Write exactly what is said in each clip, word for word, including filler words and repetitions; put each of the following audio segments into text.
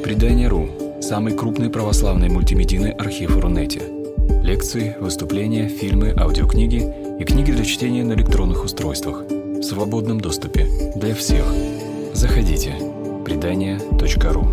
Предание.ру – самый крупный православный мультимедийный архив в Рунете. Лекции, выступления, фильмы, аудиокниги и книги для чтения на электронных устройствах в свободном доступе для всех. Заходите. предание точка ру.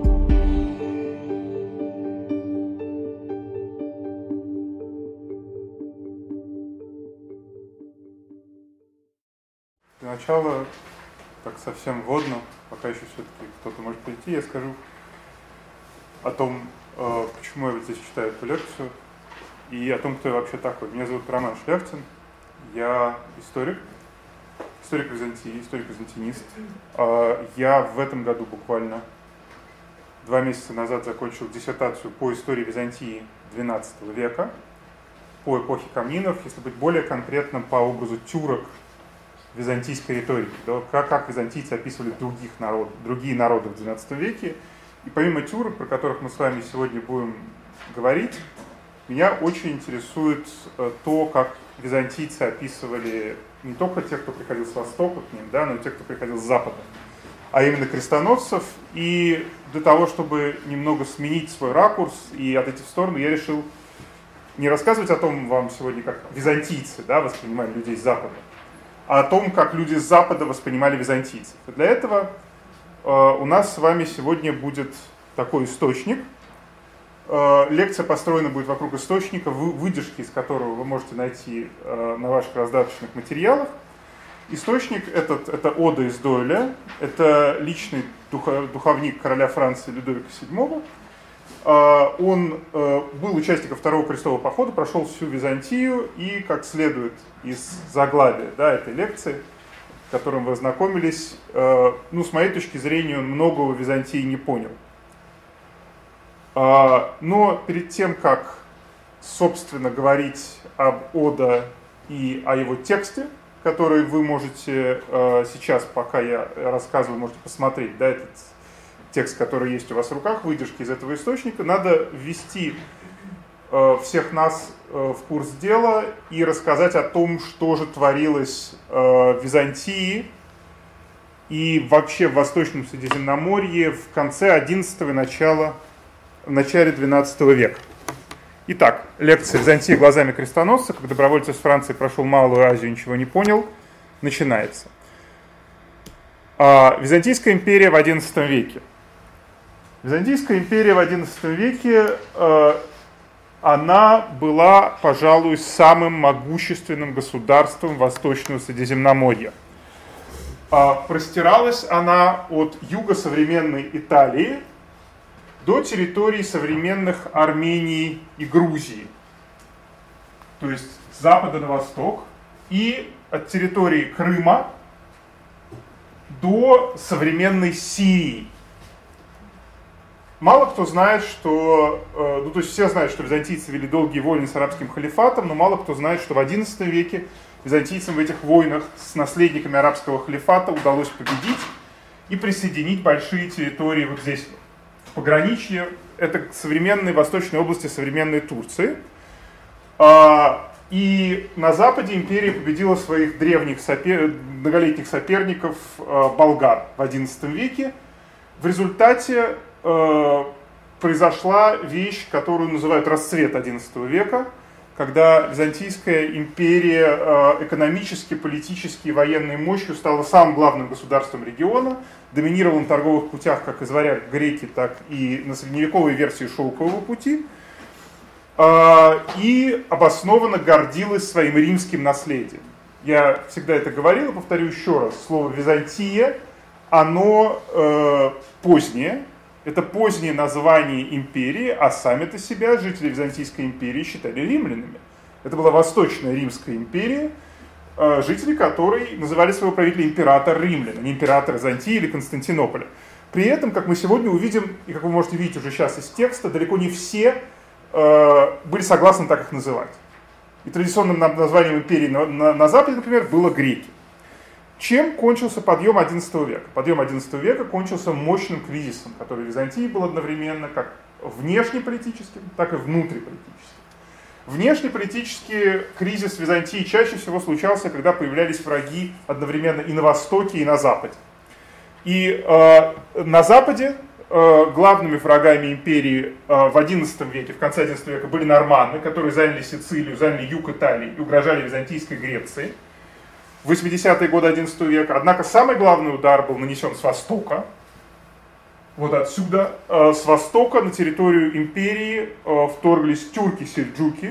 Для начала, так совсем вводно, пока еще все-таки кто-то может прийти, я скажу о том, почему я вот здесь читаю эту лекцию, и о том, кто я вообще такой. Меня зовут Роман Шляхтин, я историк, историк Византии, историк-византинист. Я в этом году буквально два месяца назад закончил диссертацию по истории Византии двенадцатого века, по эпохе Комнинов, если быть более конкретным, по образу тюрок византийской риторики, да, как, как византийцы описывали других народ, другие народы в двенадцатом веке. И помимо тюрок, про которых мы с вами сегодня будем говорить, меня очень интересует то, как византийцы описывали не только тех, кто приходил с востока к ним, да, но и тех, кто приходил с запада, а именно крестоносцев. И для того, чтобы немного сменить свой ракурс и отойти в сторону, я решил не рассказывать о том вам сегодня, как византийцы, да, воспринимали людей с запада, а о том, как люди с запада воспринимали византийцев. И для этого э, у нас с вами сегодня будет такой источник. Э, лекция построена будет вокруг источника, вы, выдержки из которого вы можете найти э, на ваших раздаточных материалах. Источник этот, это Ода из Дойля, это личный духа, духовник короля Франции Людовика седьмого. Он был участником Второго крестового похода, прошел всю Византию и, как следует из заглавия, да, этой лекции, с которым вы ознакомились, ну, с моей точки зрения, он многого в Византии не понял. Но перед тем, как, собственно, говорить об Ода и о его тексте, который вы можете сейчас, пока я рассказываю, можете посмотреть, да, этот текст, который есть у вас в руках, выдержки из этого источника, надо ввести э, всех нас э, в курс дела и рассказать о том, что же творилось э, в Византии и вообще в Восточном Средиземноморье в конце одиннадцатого и начало, в начале двенадцатого века. Итак, лекция «Византия глазами крестоносца», как добровольец из Франции прошел Малую Азию, ничего не понял, начинается. А, Византийская империя в одиннадцатом веке. Византийская империя в одиннадцатом веке, э, она была, пожалуй, самым могущественным государством Восточного Средиземноморья. Э, простиралась она от юга современной Италии до территории современных Армении и Грузии. То есть с запада на восток, и от территории Крыма до современной Сирии. Мало кто знает, что, ну то есть все знают, что византийцы вели долгие войны с арабским халифатом, но мало кто знает, что в одиннадцатом веке византийцам в этих войнах с наследниками арабского халифата удалось победить и присоединить большие территории вот здесь, в пограничье, это современные восточные области современной Турции. И на западе империя победила своих древних сопер... многолетних соперников болгар в одиннадцатом веке. В результате э, произошла вещь, которую называют расцвет одиннадцатого века, когда Византийская империя э, экономически, политически и военной мощью стала самым главным государством региона, доминировала на торговых путях как из варяг греки, так и на средневековой версии Шелкового пути, э, и обоснованно гордилась своим римским наследием. Я всегда это говорил, повторю еще раз, слово «Византия», оно э, позднее, это позднее название империи, а сами-то себя жители Византийской империи считали римлянами. Это была Восточная Римская империя, э, жители которой называли своего правителя император римлян, а не император Византии или Константинополя. При этом, как мы сегодня увидим, и как вы можете видеть уже сейчас из текста, далеко не все э, были согласны так их называть. И традиционным названием империи на, на, на Западе, например, было греки. Чем кончился подъем одиннадцатого века? Подъем одиннадцатого века кончился мощным кризисом, который в Византии был одновременно как внешнеполитическим, так и внутриполитическим. Внешнеполитический кризис в Византии чаще всего случался, когда появлялись враги одновременно и на Востоке, и на Западе. И э, на Западе э, главными врагами империи э, в одиннадцатом веке, в конце одиннадцатого века были норманны, которые заняли Сицилию, заняли юг Италии и угрожали Византийской Греции в восьмидесятые годы одиннадцатого века. Однако самый главный удар был нанесен с востока. Вот отсюда, э, с востока на территорию империи э, вторглись тюрки-сельджуки.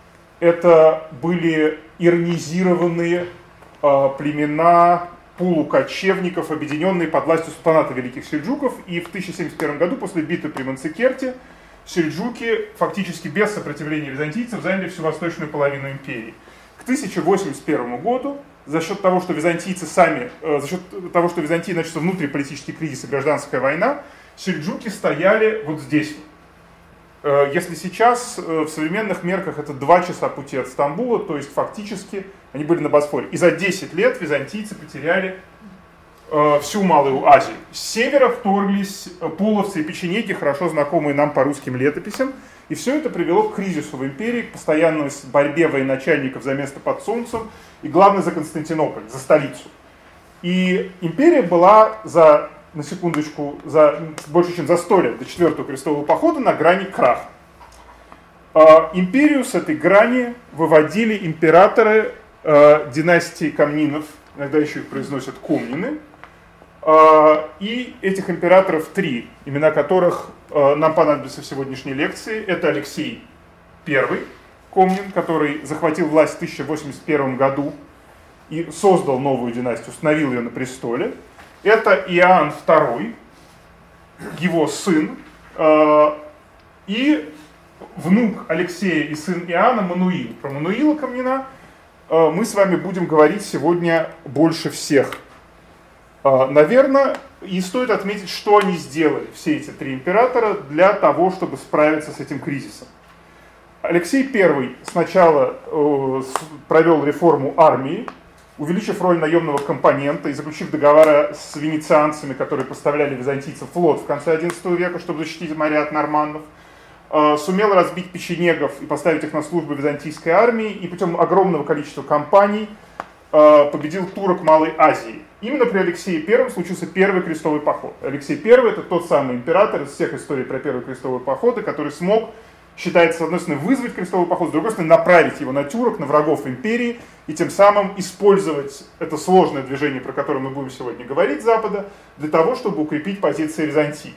Это были иронизированные э, племена полукочевников, объединенные под властью султаната Великих Сельджуков. И в тысяча семьдесят первом году, после битвы при Манцикерте, сельджуки фактически без сопротивления византийцев заняли всю восточную половину империи. К тысяча восемьдесят первому году, за счет того, что византийцы сами, э, за счет того, что в Византии начался внутриполитический кризис и гражданская война, сельджуки стояли вот здесь. Если сейчас в современных мерках это два часа пути от Стамбула, то есть фактически они были на Босфоре. И за десять лет византийцы потеряли всю Малую Азию. С севера вторглись половцы и печенеги, хорошо знакомые нам по русским летописям. И все это привело к кризису в империи, к постоянной борьбе военачальников за место под солнцем и, главное, за Константинополь, за столицу. И империя была за... на секундочку, за, больше чем за сто лет до четвертого крестового похода на грани краха. Э, империю с этой грани выводили императоры э, династии Комнинов, иногда еще их произносят Комнины. Э, и этих императоров три, имена которых э, нам понадобятся в сегодняшней лекции. Это Алексей Первый Комнин, который захватил власть в тысяча восемьдесят первом году и создал новую династию, установил ее на престоле. Это Иоанн Второй, его сын, э, и внук Алексея и сын Иоанна Мануил. Про Мануила Комнина э, мы с вами будем говорить сегодня больше всех. Э, наверное, и стоит отметить, что они сделали, все эти три императора, для того, чтобы справиться с этим кризисом. Алексей Первый сначала э, провел реформу армии, увеличив роль наемного компонента и заключив договора с венецианцами, которые поставляли византийцам флот в конце одиннадцатого века, чтобы защитить моря от норманнов, сумел разбить печенегов и поставить их на службу византийской армии, и путем огромного количества кампаний победил турок Малой Азии. Именно при Алексее Первом случился первый крестовый поход. Алексей Первый — это тот самый император из всех историй про первый крестовый поход, который смог, считается, с одной стороны, вызвать крестовый поход, с другой стороны, направить его на тюрок, на врагов империи, и тем самым использовать это сложное движение, про которое мы будем сегодня говорить, Запада, для того, чтобы укрепить позиции Византии.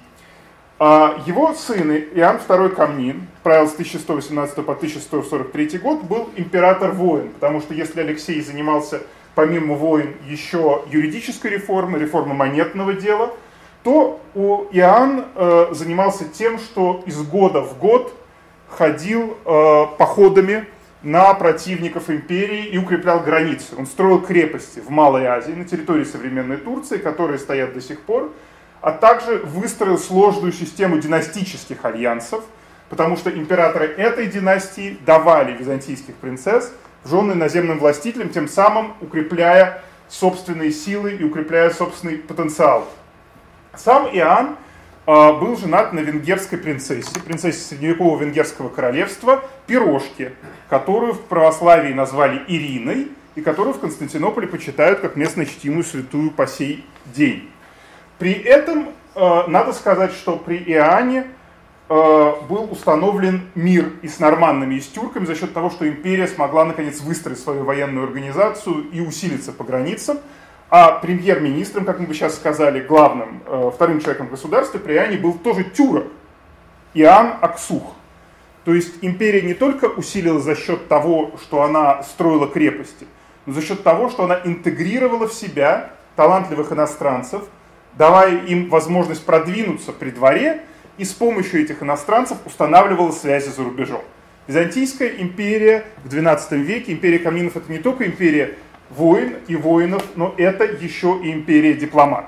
Его сын Иоанн Второй Комнин, правил с тысяча сто восемнадцатого по тысяча сто сорок третий год, был император-воин, потому что если Алексей занимался помимо войн еще юридической реформой, реформой монетного дела, то у Иоанн э, занимался тем, что из года в год ходил э, походами на противников империи и укреплял границы. Он строил крепости в Малой Азии, на территории современной Турции, которые стоят до сих пор, а также выстроил сложную систему династических альянсов, потому что императоры этой династии давали византийских принцесс в жены иноземным властителям, тем самым укрепляя собственные силы и укрепляя собственный потенциал. Сам Иоанн э, был женат на венгерской принцессе, принцессе средневекового венгерского королевства Пирожке, которую в православии назвали Ириной и которую в Константинополе почитают как местно чтимую святую по сей день. При этом э, надо сказать, что при Иоанне э, был установлен мир и с норманнами, и с тюрками за счет того, что империя смогла наконец выстроить свою военную организацию и усилиться по границам. А премьер-министром, как мы бы сейчас сказали, главным, э, вторым человеком в государстве при Иоанне был тоже тюрок, Иоанн Аксух. То есть империя не только усилилась за счет того, что она строила крепости, но за счет того, что она интегрировала в себя талантливых иностранцев, давая им возможность продвинуться при дворе, и с помощью этих иностранцев устанавливала связи за рубежом. Византийская империя в двенадцатом веке, империя Комнинов — это не только империя войн и воинов, но это еще и империя дипломатов.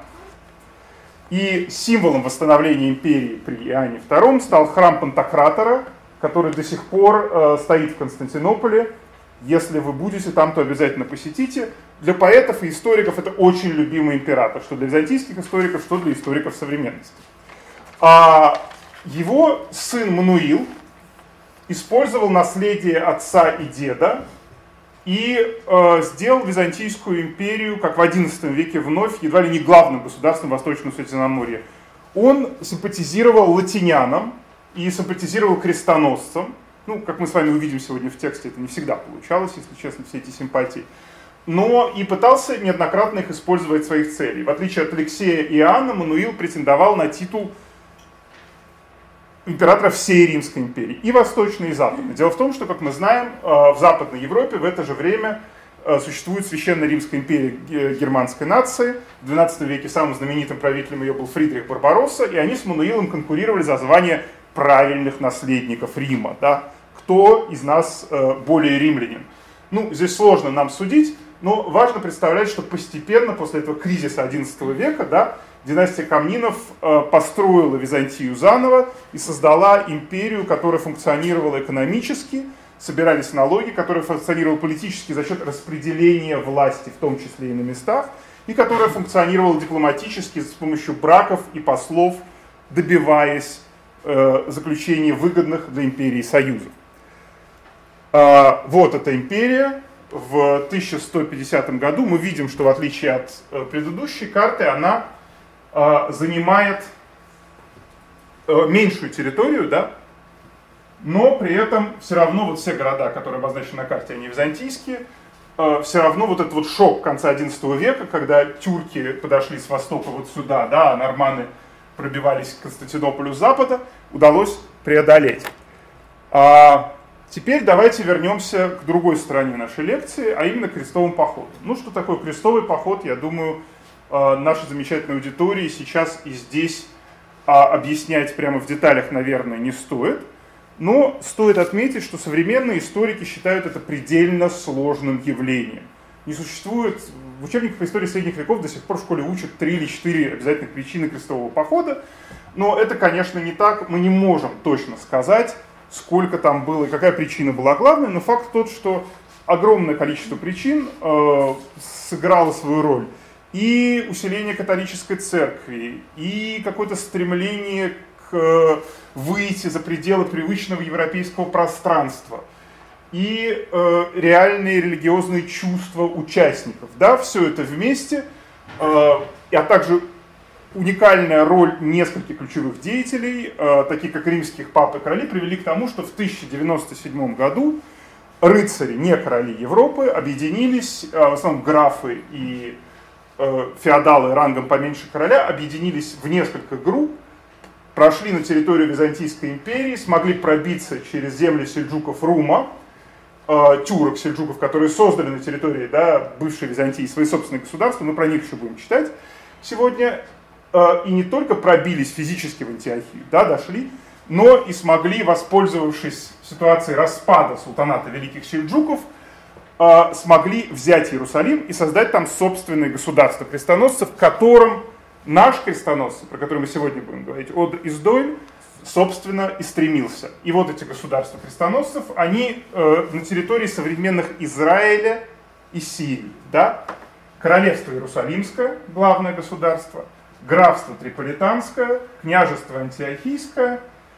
И символом восстановления империи при Иоанне Втором стал храм Пантократора, который до сих пор э, стоит в Константинополе. Если вы будете там, то обязательно посетите. Для поэтов и историков это очень любимый император, что для византийских историков, что для историков современности. А его сын Мануил использовал наследие отца и деда и э, сделал Византийскую империю, как в одиннадцатом веке вновь, едва ли не главным государством Восточного Средиземноморья. он симпатизировал латинянам и симпатизировал крестоносцам. Ну, как мы с вами увидим сегодня в тексте, это не всегда получалось, если честно, все эти симпатии. Но и пытался неоднократно их использовать в своих целях. В отличие от Алексея и Иоанна, Мануил претендовал на титул императора всей Римской империи, и восточной, и западной. Дело в том, что, как мы знаем, в Западной Европе в это же время существует Священная Римская империя германской нации. В двенадцатом веке самым знаменитым правителем ее был Фридрих Барбаросса, и они с Мануилом конкурировали за звание правильных наследников Рима. Да? Кто из нас более римлянин? Ну, здесь сложно нам судить, но важно представлять, что постепенно, после этого кризиса одиннадцатого века, да, династия Комнинов э, построила Византию заново и создала империю, которая функционировала экономически, собирались налоги, которая функционировала политически за счет распределения власти, в том числе и на местах, и которая функционировала дипломатически с помощью браков и послов, добиваясь э, заключения выгодных для империи союзов. Э, вот эта империя. В тысяча сто пятидесятом году мы видим, что в отличие от э, предыдущей карты, она занимает меньшую территорию, да, но при этом все равно вот все города, которые обозначены на карте, они византийские, все равно вот этот вот шок конца одиннадцатого века, когда тюрки подошли с востока вот сюда, да, а норманы пробивались к Константинополю с запада, удалось преодолеть. А теперь давайте вернемся к другой стороне нашей лекции, а именно к крестовым походам. Ну, что такое крестовый поход, я думаю, нашей замечательной аудитории сейчас и здесь а, объяснять прямо в деталях, наверное, не стоит. Но стоит отметить, что современные историки считают это предельно сложным явлением. Не существует, в учебниках по истории средних веков до сих пор в школе учат три или четыре обязательных причины крестового похода. Но это, конечно, не так. Мы не можем точно сказать, сколько там было и какая причина была главной. Но факт тот, что огромное количество причин э, сыграло свою роль. И усиление католической церкви, и какое-то стремление к выйти за пределы привычного европейского пространства, и э, реальные религиозные чувства участников. Да, все это вместе, э, а также уникальная роль нескольких ключевых деятелей, э, таких как римских пап и короли, привели к тому, что в тысяча девяносто седьмом году рыцари, не короли Европы, объединились, э, в основном графы и феодалы рангом поменьше короля, объединились в несколько групп, прошли на территорию Византийской империи, смогли пробиться через земли сельджуков Рума, э, тюрок сельджуков, которые создали на территории, да, бывшей Византии свои собственные государства, мы про них еще будем читать сегодня, э, и не только пробились физически в Антиохию, да, дошли, но и смогли, воспользовавшись ситуацией распада султаната великих сельджуков, смогли взять Иерусалим и создать там собственное государство крестоносцев, в котором наш крестоносец, про который мы сегодня будем говорить, Од Издойль, собственно, и стремился. И вот эти государства крестоносцев, они э, на территории современных Израиля и Сирии. Да? Королевство Иерусалимское, главное государство, графство Триполитанское, княжество Антиохийское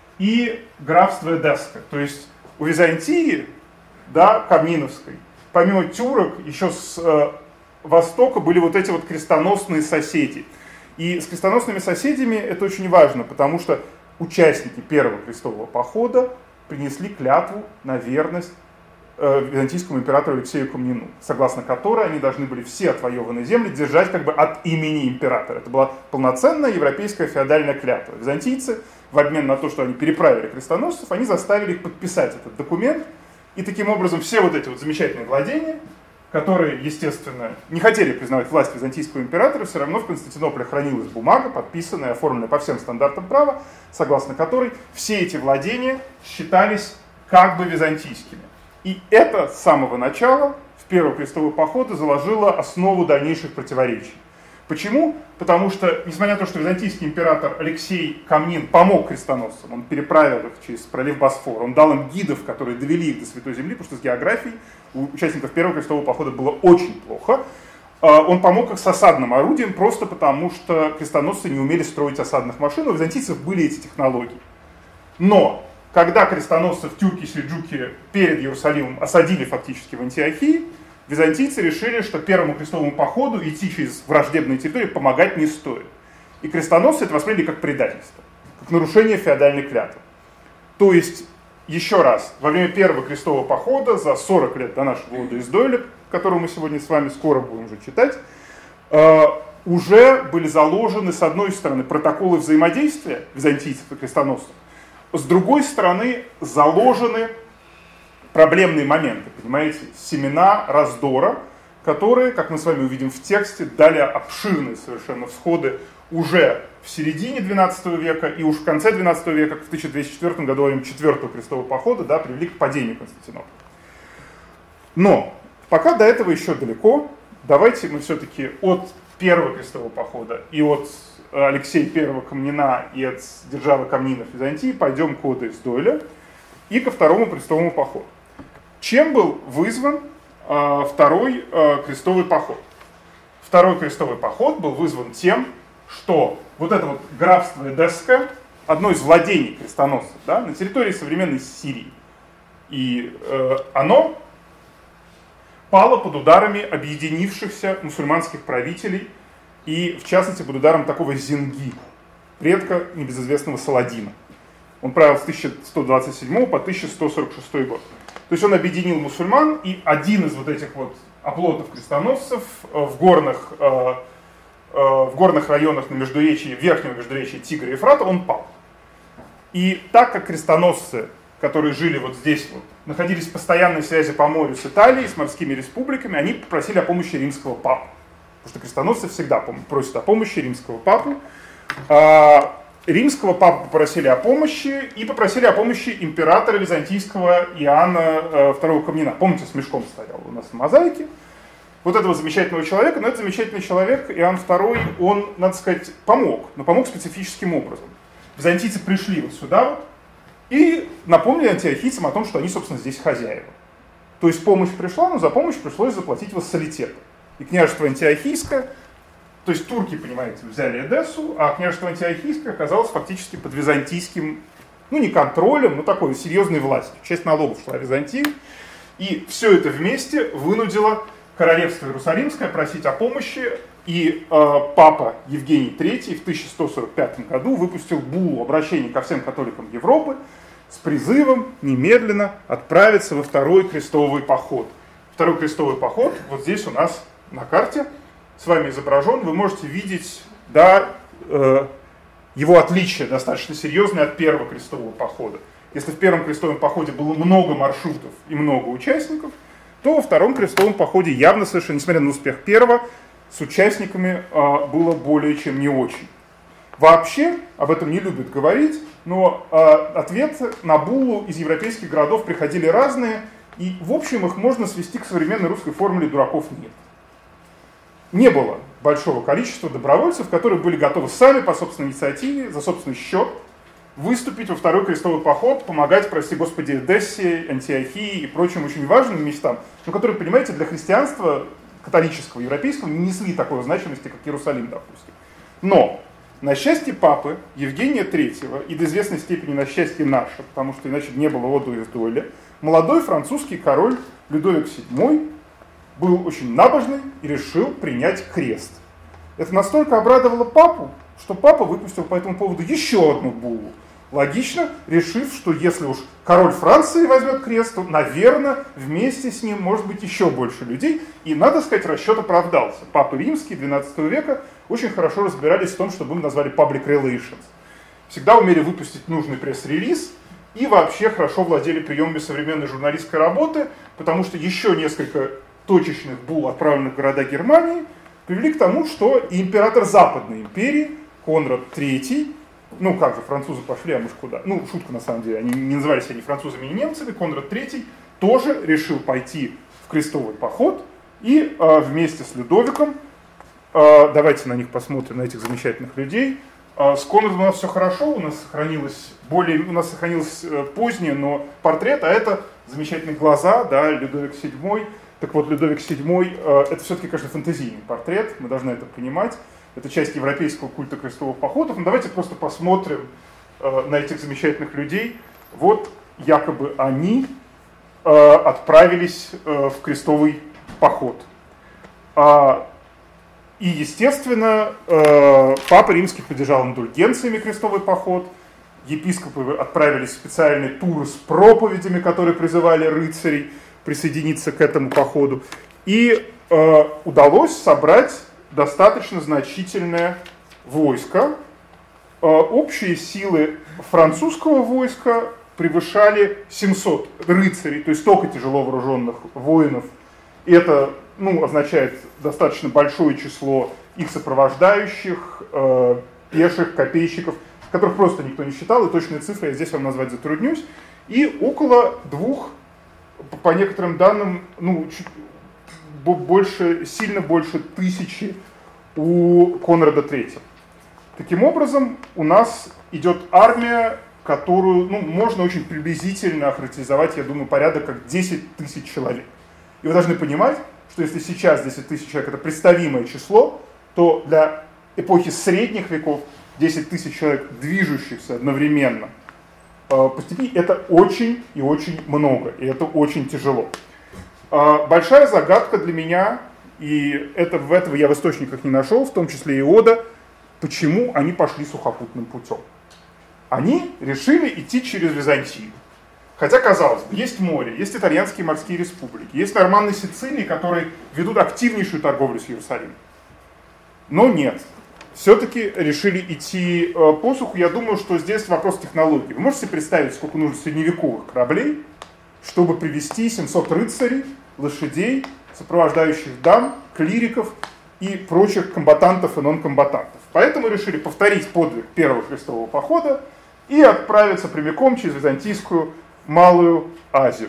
и графство Эдесское. То есть у Византии, да, Комниновской, помимо тюрок, еще с э, востока были вот эти вот крестоносные соседи. И с крестоносными соседями это очень важно, потому что участники первого крестового похода принесли клятву на верность э, византийскому императору Алексею Комнину, согласно которой они должны были все отвоеванные земли держать как бы от имени императора. Это была полноценная европейская феодальная клятва. Византийцы, в обмен на то, что они переправили крестоносцев, они заставили их подписать этот документ. И таким образом все вот эти вот замечательные владения, которые, естественно, не хотели признавать власть византийского императора, все равно в Константинополе хранилась бумага, подписанная, оформленная по всем стандартам права, согласно которой все эти владения считались как бы византийскими. И это с самого начала, в первого крестового похода, заложило основу дальнейших противоречий. Почему? Потому что, несмотря на то, что византийский император Алексей Комнин помог крестоносцам, он переправил их через пролив Босфор, он дал им гидов, которые довели их до Святой Земли, потому что с географией у участников первого крестового похода было очень плохо. Он помог их с осадным орудием, просто потому что крестоносцы не умели строить осадных машин, у византийцев были эти технологии. Но, когда крестоносцев тюрки и сельджуки перед Иерусалимом осадили фактически в Антиохии, византийцы решили, что первому крестовому походу идти через враждебные территории помогать не стоит. И крестоносцы это восприняли как предательство, как нарушение феодальной клятвы. То есть, еще раз, во время первого крестового похода, за сорок лет до нашего ввода из Дойля, которую мы сегодня с вами скоро будем уже читать, уже были заложены, с одной стороны, протоколы взаимодействия византийцев и крестоносцев, с другой стороны, заложены проблемные моменты, понимаете, семена раздора, которые, как мы с вами увидим в тексте, дали обширные совершенно всходы уже в середине двенадцатого века и уж в конце двенадцатого века, в тысяча двести четвёртом году, во время четвертого крестового похода, да, привели к падению Константинополя. Но пока до этого еще далеко, давайте мы все-таки от первого крестового похода и от Алексея Первого Комнина и от державы Комнинов Византии пойдем к Оде из Дойля и ко второму крестовому походу. Чем был вызван э, второй э, крестовый поход? Второй крестовый поход был вызван тем, что вот это вот графство Эдесское, одно из владений крестоносцев, да, на территории современной Сирии, и э, оно пало под ударами объединившихся мусульманских правителей и, в частности, под ударом такого Зинги, предка небезызвестного Саладина. Он правил с тысяча сто двадцать седьмого по тысяча сто сорок шестой год. То есть он объединил мусульман, и один из вот этих вот оплотов крестоносцев в горных, в горных районах на междуречии, верхнего междуречия Тигра и Ефрата, он пал. И так как крестоносцы, которые жили вот здесь, вот, находились в постоянной связи по морю с Италией, с морскими республиками, они попросили о помощи римского папы. Потому что крестоносцы всегда просят о помощи римского папы. Римского папу попросили о помощи и попросили о помощи императора византийского Иоанна второго Комнина. Помните, с мешком стоял у нас в мозаике. Вот этого замечательного человека, но этот замечательный человек, Иоанн второй, он, надо сказать, помог, но помог специфическим образом. Византийцы пришли вот сюда вот и напомнили антиохийцам о том, что они, собственно, здесь хозяева. То есть помощь пришла, но за помощь пришлось заплатить вассалитет. И княжество Антиохийское, то есть турки, понимаете, взяли Эдессу, а княжество Антиохийское оказалось фактически под византийским, ну не контролем, но такой серьезной властью. Часть налогов шла в Византию. И все это вместе вынудило королевство Иерусалимское просить о помощи. И э, папа Евгений третий в тысяча сто сорок пятом году выпустил буллу обращение ко всем католикам Европы с призывом немедленно отправиться во второй крестовый поход. Второй крестовый поход вот здесь у нас на карте с вами изображен. Вы можете видеть, да, э, его отличие достаточно серьезное от первого крестового похода. Если в первом крестовом походе было много маршрутов и много участников, то во втором крестовом походе явно совершенно, несмотря на успех первого, с участниками э, было более чем не очень. Вообще, об этом не любят говорить, но э, ответы на буллу из европейских городов приходили разные, и в общем их можно свести к современной русской формуле «дураков нет». Не было большого количества добровольцев, которые были готовы сами по собственной инициативе, за собственный счет, выступить во второй крестовый поход, помогать, прости господи, Эдессе, Антиохии и прочим очень важным местам, но которые, понимаете, для христианства католического, европейского не несли такой значимости, как Иерусалим, допустим. Но на счастье папы Евгения третьего и до известной степени на счастье наше, потому что иначе не было Оды из Дойля, молодой французский король Людовик седьмой был очень набожный и решил принять крест. Это настолько обрадовало папу, что папа выпустил по этому поводу еще одну буллу. Логично, решив, что если уж король Франции возьмет крест, то, наверное, вместе с ним может быть еще больше людей. И, надо сказать, расчет оправдался. Папы римские двенадцатого века очень хорошо разбирались в том, что мы назвали public relations. Всегда умели выпустить нужный пресс-релиз и вообще хорошо владели приемами современной журналистской работы, потому что еще несколько точечных булл, отправленных в города Германии, привели к тому, что и император Западной империи, Конрад третий, ну как же, французы пошли, а мы ж куда? Ну, шутка на самом деле, они не назывались они французами и немцами, Конрад третий тоже решил пойти в крестовый поход и э, вместе с Людовиком, э, давайте на них посмотрим, на этих замечательных людей, э, с Конрадом у нас все хорошо, у нас сохранилось более, у нас сохранилось э, позднее, но портрет, а это замечательные глаза, да, Людовик седьмой. Так вот, Людовик седьмой, э, это все-таки, конечно, фэнтезийный портрет, мы должны это понимать. Это часть европейского культа крестовых походов. Но давайте просто посмотрим э, на этих замечательных людей. Вот якобы они э, отправились э, в крестовый поход. А и, естественно, э, Папа Римский поддержал индульгенциями крестовый поход, епископы отправились в специальный тур с проповедями, которые призывали рыцарей присоединиться к этому походу, и э, удалось собрать достаточно значительное войско. Э, общие силы французского войска превышали семьсот рыцарей, то есть столько тяжело вооруженных воинов. И это, ну, означает достаточно большое число их сопровождающих, э, пеших, копейщиков, которых просто никто не считал, и точные цифры я здесь вам назвать затруднюсь. И около двух, по некоторым данным, ну, чуть больше, сильно больше тысячи у Конрада третьего. Таким образом, у нас идет армия, которую, ну, можно очень приблизительно охарактеризовать, я думаю, порядок как десять тысяч человек. И вы должны понимать, что если сейчас десять тысяч человек это представимое число, то для эпохи средних веков десять тысяч человек, движущихся одновременно по степи, это очень и очень много, и это очень тяжело. Большая загадка для меня, и это, в этого я в источниках не нашел, в том числе и Ода, почему они пошли сухопутным путем. Они решили идти через Византию. Хотя, казалось бы, есть море, есть итальянские морские республики, есть норманны Сицилии, которые ведут активнейшую торговлю с Иерусалимом. Но нет. Все-таки решили идти э, по суху. Я думаю, что здесь вопрос технологии. Вы можете себе представить, сколько нужно средневековых кораблей, чтобы привезти семьсот рыцарей, лошадей, сопровождающих дам, клириков и прочих комбатантов и нон-комбатантов. Поэтому решили повторить подвиг первого крестового похода и отправиться прямиком через Византийскую Малую Азию.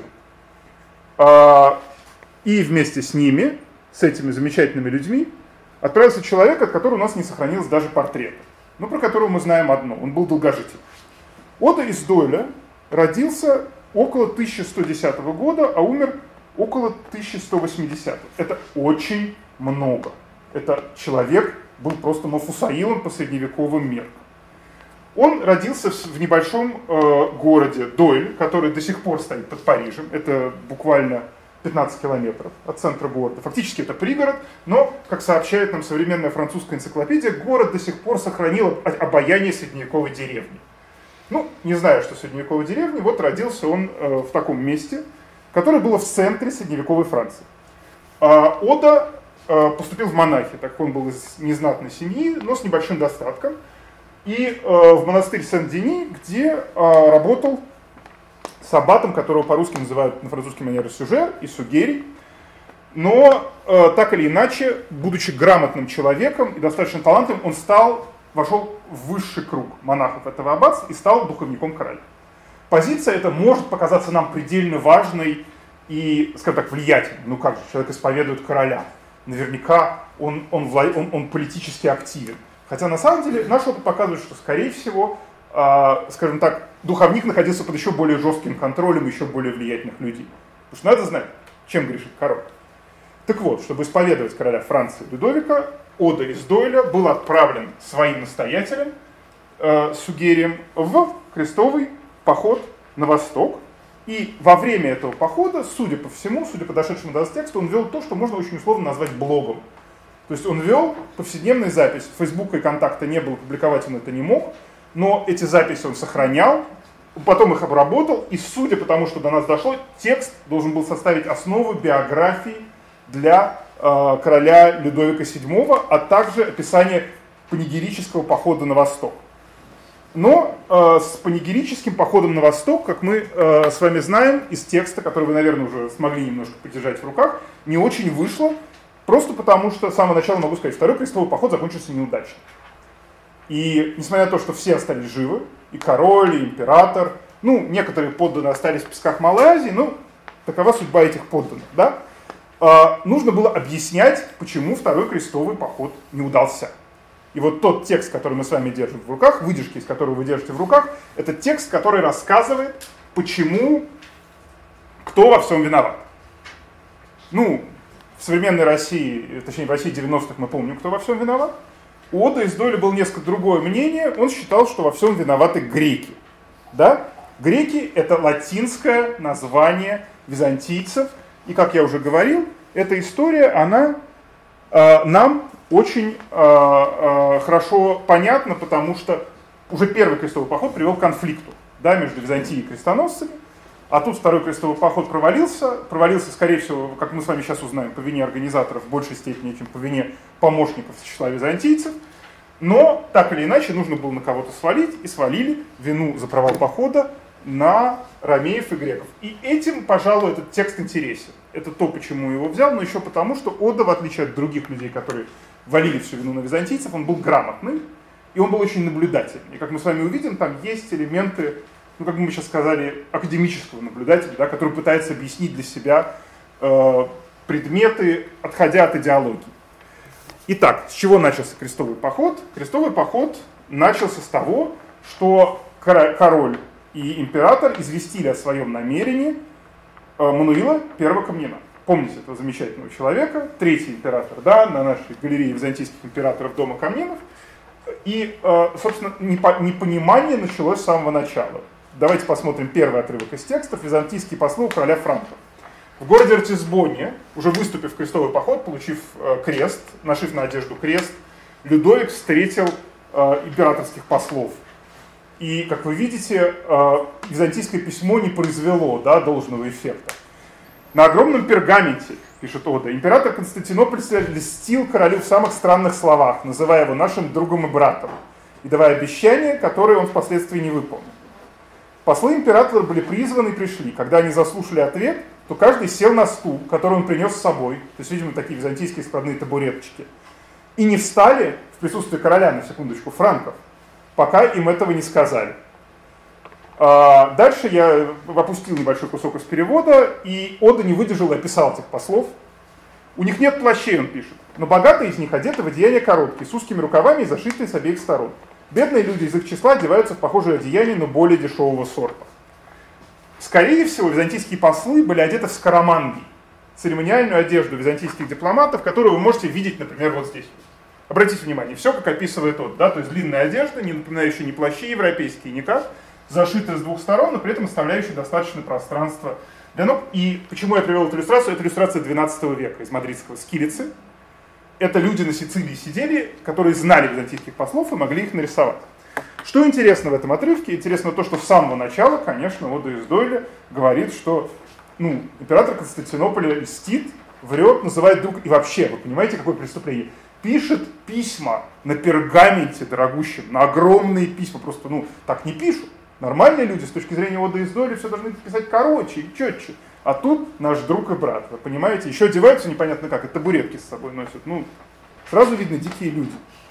И вместе с ними, с этими замечательными людьми, отправился человек, от которого у нас не сохранилось даже портрета, но про которого мы знаем одно, он был долгожитель. Ода из Дойля родился около тысяча сто десятого года, а умер около тысяча сто восьмидесятого. Это очень много. Это человек был просто Мафусаилом по средневековым меркам. Он родился в небольшом э, городе Дойль, который до сих пор стоит под Парижем. Это буквально пятнадцать километров от центра города. Фактически это пригород, но, как сообщает нам современная французская энциклопедия, город до сих пор сохранил обаяние средневековой деревни. Ну, не знаю, что средневековой деревни, вот родился он э, в таком месте, которое было в центре средневековой Франции. А Ода э, поступил в монахи, так как он был из незнатной семьи, но с небольшим достатком. И э, в монастырь Сен-Дени, где э, работал с аббатом, которого по-русски называют на французский манер сюжер и сугерий. Но э, так или иначе, будучи грамотным человеком и достаточно талантливым, он стал, вошел в высший круг монахов этого аббатства и стал духовником короля. Позиция эта может показаться нам предельно важной и, скажем так, влиятельной. Ну как же, человек исповедует короля. Наверняка он, он, он, он политически активен. Хотя на самом деле наш опыт показывает, что, скорее всего, э, скажем так, духовник находился под еще более жестким контролем еще более влиятельных людей. Потому что надо знать, чем грешит король. Так вот, чтобы исповедовать короля Франции Людовика, Ода из Дойля был отправлен своим настоятелем, э, Сугерием, в крестовый поход на восток. И во время этого похода, судя по всему, судя по дошедшему до нас тексту, он вел то, что можно очень условно назвать блогом. То есть он вел повседневные записи. Фейсбука и контакта не было, публиковать он это не мог, но эти записи он сохранял, потом их обработал, и судя по тому, что до нас дошло, текст должен был составить основу биографии для э, короля Людовика седьмого, а также описание панигерического похода на восток. Но э, с панигерическим походом на восток, как мы э, с вами знаем из текста, который вы, наверное, уже смогли немножко подержать в руках, не очень вышло, просто потому что с самого начала могу сказать, второй крестовый поход закончился неудачно. И несмотря на то, что все остались живы, и король, и император, ну, некоторые подданные остались в песках Малой Азии, ну, такова судьба этих подданных, да, э, нужно было объяснять, почему второй крестовый поход не удался. И вот тот текст, который мы с вами держим в руках, выдержки из которого вы держите в руках, это текст, который рассказывает, почему, кто во всем виноват. Ну, в современной России, точнее в России девяностых мы помним, кто во всем виноват. У Ода из Дойля было несколько другое мнение, он считал, что во всем виноваты греки. Да? Греки — это латинское название византийцев, и, как я уже говорил, эта история, она э, нам очень э, э, хорошо понятно, потому что уже первый крестовый поход привел к конфликту, да, между Византией и крестоносцами, а тут второй крестовый поход провалился, провалился, скорее всего, как мы с вами сейчас узнаем, по вине организаторов в большей степени, чем по вине помощников с числа византийцев, но так или иначе нужно было на кого-то свалить, и свалили вину за провал похода на ромеев и греков. И этим, пожалуй, этот текст интересен. Это то, почему его взял, но еще потому, что Ода, в отличие от других людей, которые валили всю вину на византийцев, он был грамотный, и он был очень наблюдательный. И как мы с вами увидим, там есть элементы, ну, как мы сейчас сказали, академического наблюдателя, да, который пытается объяснить для себя э, предметы, отходя от идеологии. Итак, с чего начался крестовый поход? Крестовый поход начался с того, что король и император известили о своем намерении Мануила I Комнина. Помните этого замечательного человека, третий император, да, на нашей галерее византийских императоров дома Комнинов. И, собственно, непонимание началось с самого начала. Давайте посмотрим первый отрывок из текстов. Византийские послы у короля франков. В городе Ратисбоне, уже выступив в крестовый поход, получив крест, нашив на одежду крест, Людовик встретил императорских послов. И, как вы видите, византийское письмо не произвело, да, должного эффекта. На огромном пергаменте, пишет Ода, император Константинопольский льстил королю в самых странных словах, называя его нашим другом и братом, и давая обещания, которые он впоследствии не выполнил. Послы императора были призваны и пришли. Когда они заслушали ответ, то каждый сел на стул, который он принес с собой, то есть, видимо, такие византийские складные табуреточки, и не встали в присутствии короля, на секундочку, франков, пока им этого не сказали. А дальше я опустил небольшой кусок из перевода, и Ода не выдержал и описал этих послов. У них нет плащей, он пишет, но богатые из них одеты в одеяния короткие, с узкими рукавами и зашитые с обеих сторон. Бедные люди из их числа одеваются в похожие одеяния, но более дешевого сорта. Скорее всего, византийские послы были одеты в скараманги, церемониальную одежду византийских дипломатов, которую вы можете видеть, например, вот здесь. Обратите внимание, все как описывает он, да, то есть длинная одежда, не напоминающая ни плащи европейские, никак, зашитая с двух сторон, но при этом оставляющая достаточно пространства для ног. И почему я привел эту иллюстрацию? Это иллюстрация двенадцатого века из мадридского скилицы. Это люди на Сицилии сидели, которые знали византийских послов и могли их нарисовать. Что интересно в этом отрывке? Интересно то, что с самого начала, конечно, Ода из Дойля говорит, что ну, император Константинополя льстит, врет, называет друг... И вообще, вы понимаете, какое преступление? Пишет письма на пергаменте дорогущем, на огромные письма, просто, ну, так не пишут. Нормальные люди, с точки зрения Ода из Дойля, все должны писать короче и четче. А тут наш друг и брат, вы понимаете? Еще одеваются непонятно как, и табуретки с собой носят. Ну, сразу видно, дикие люди.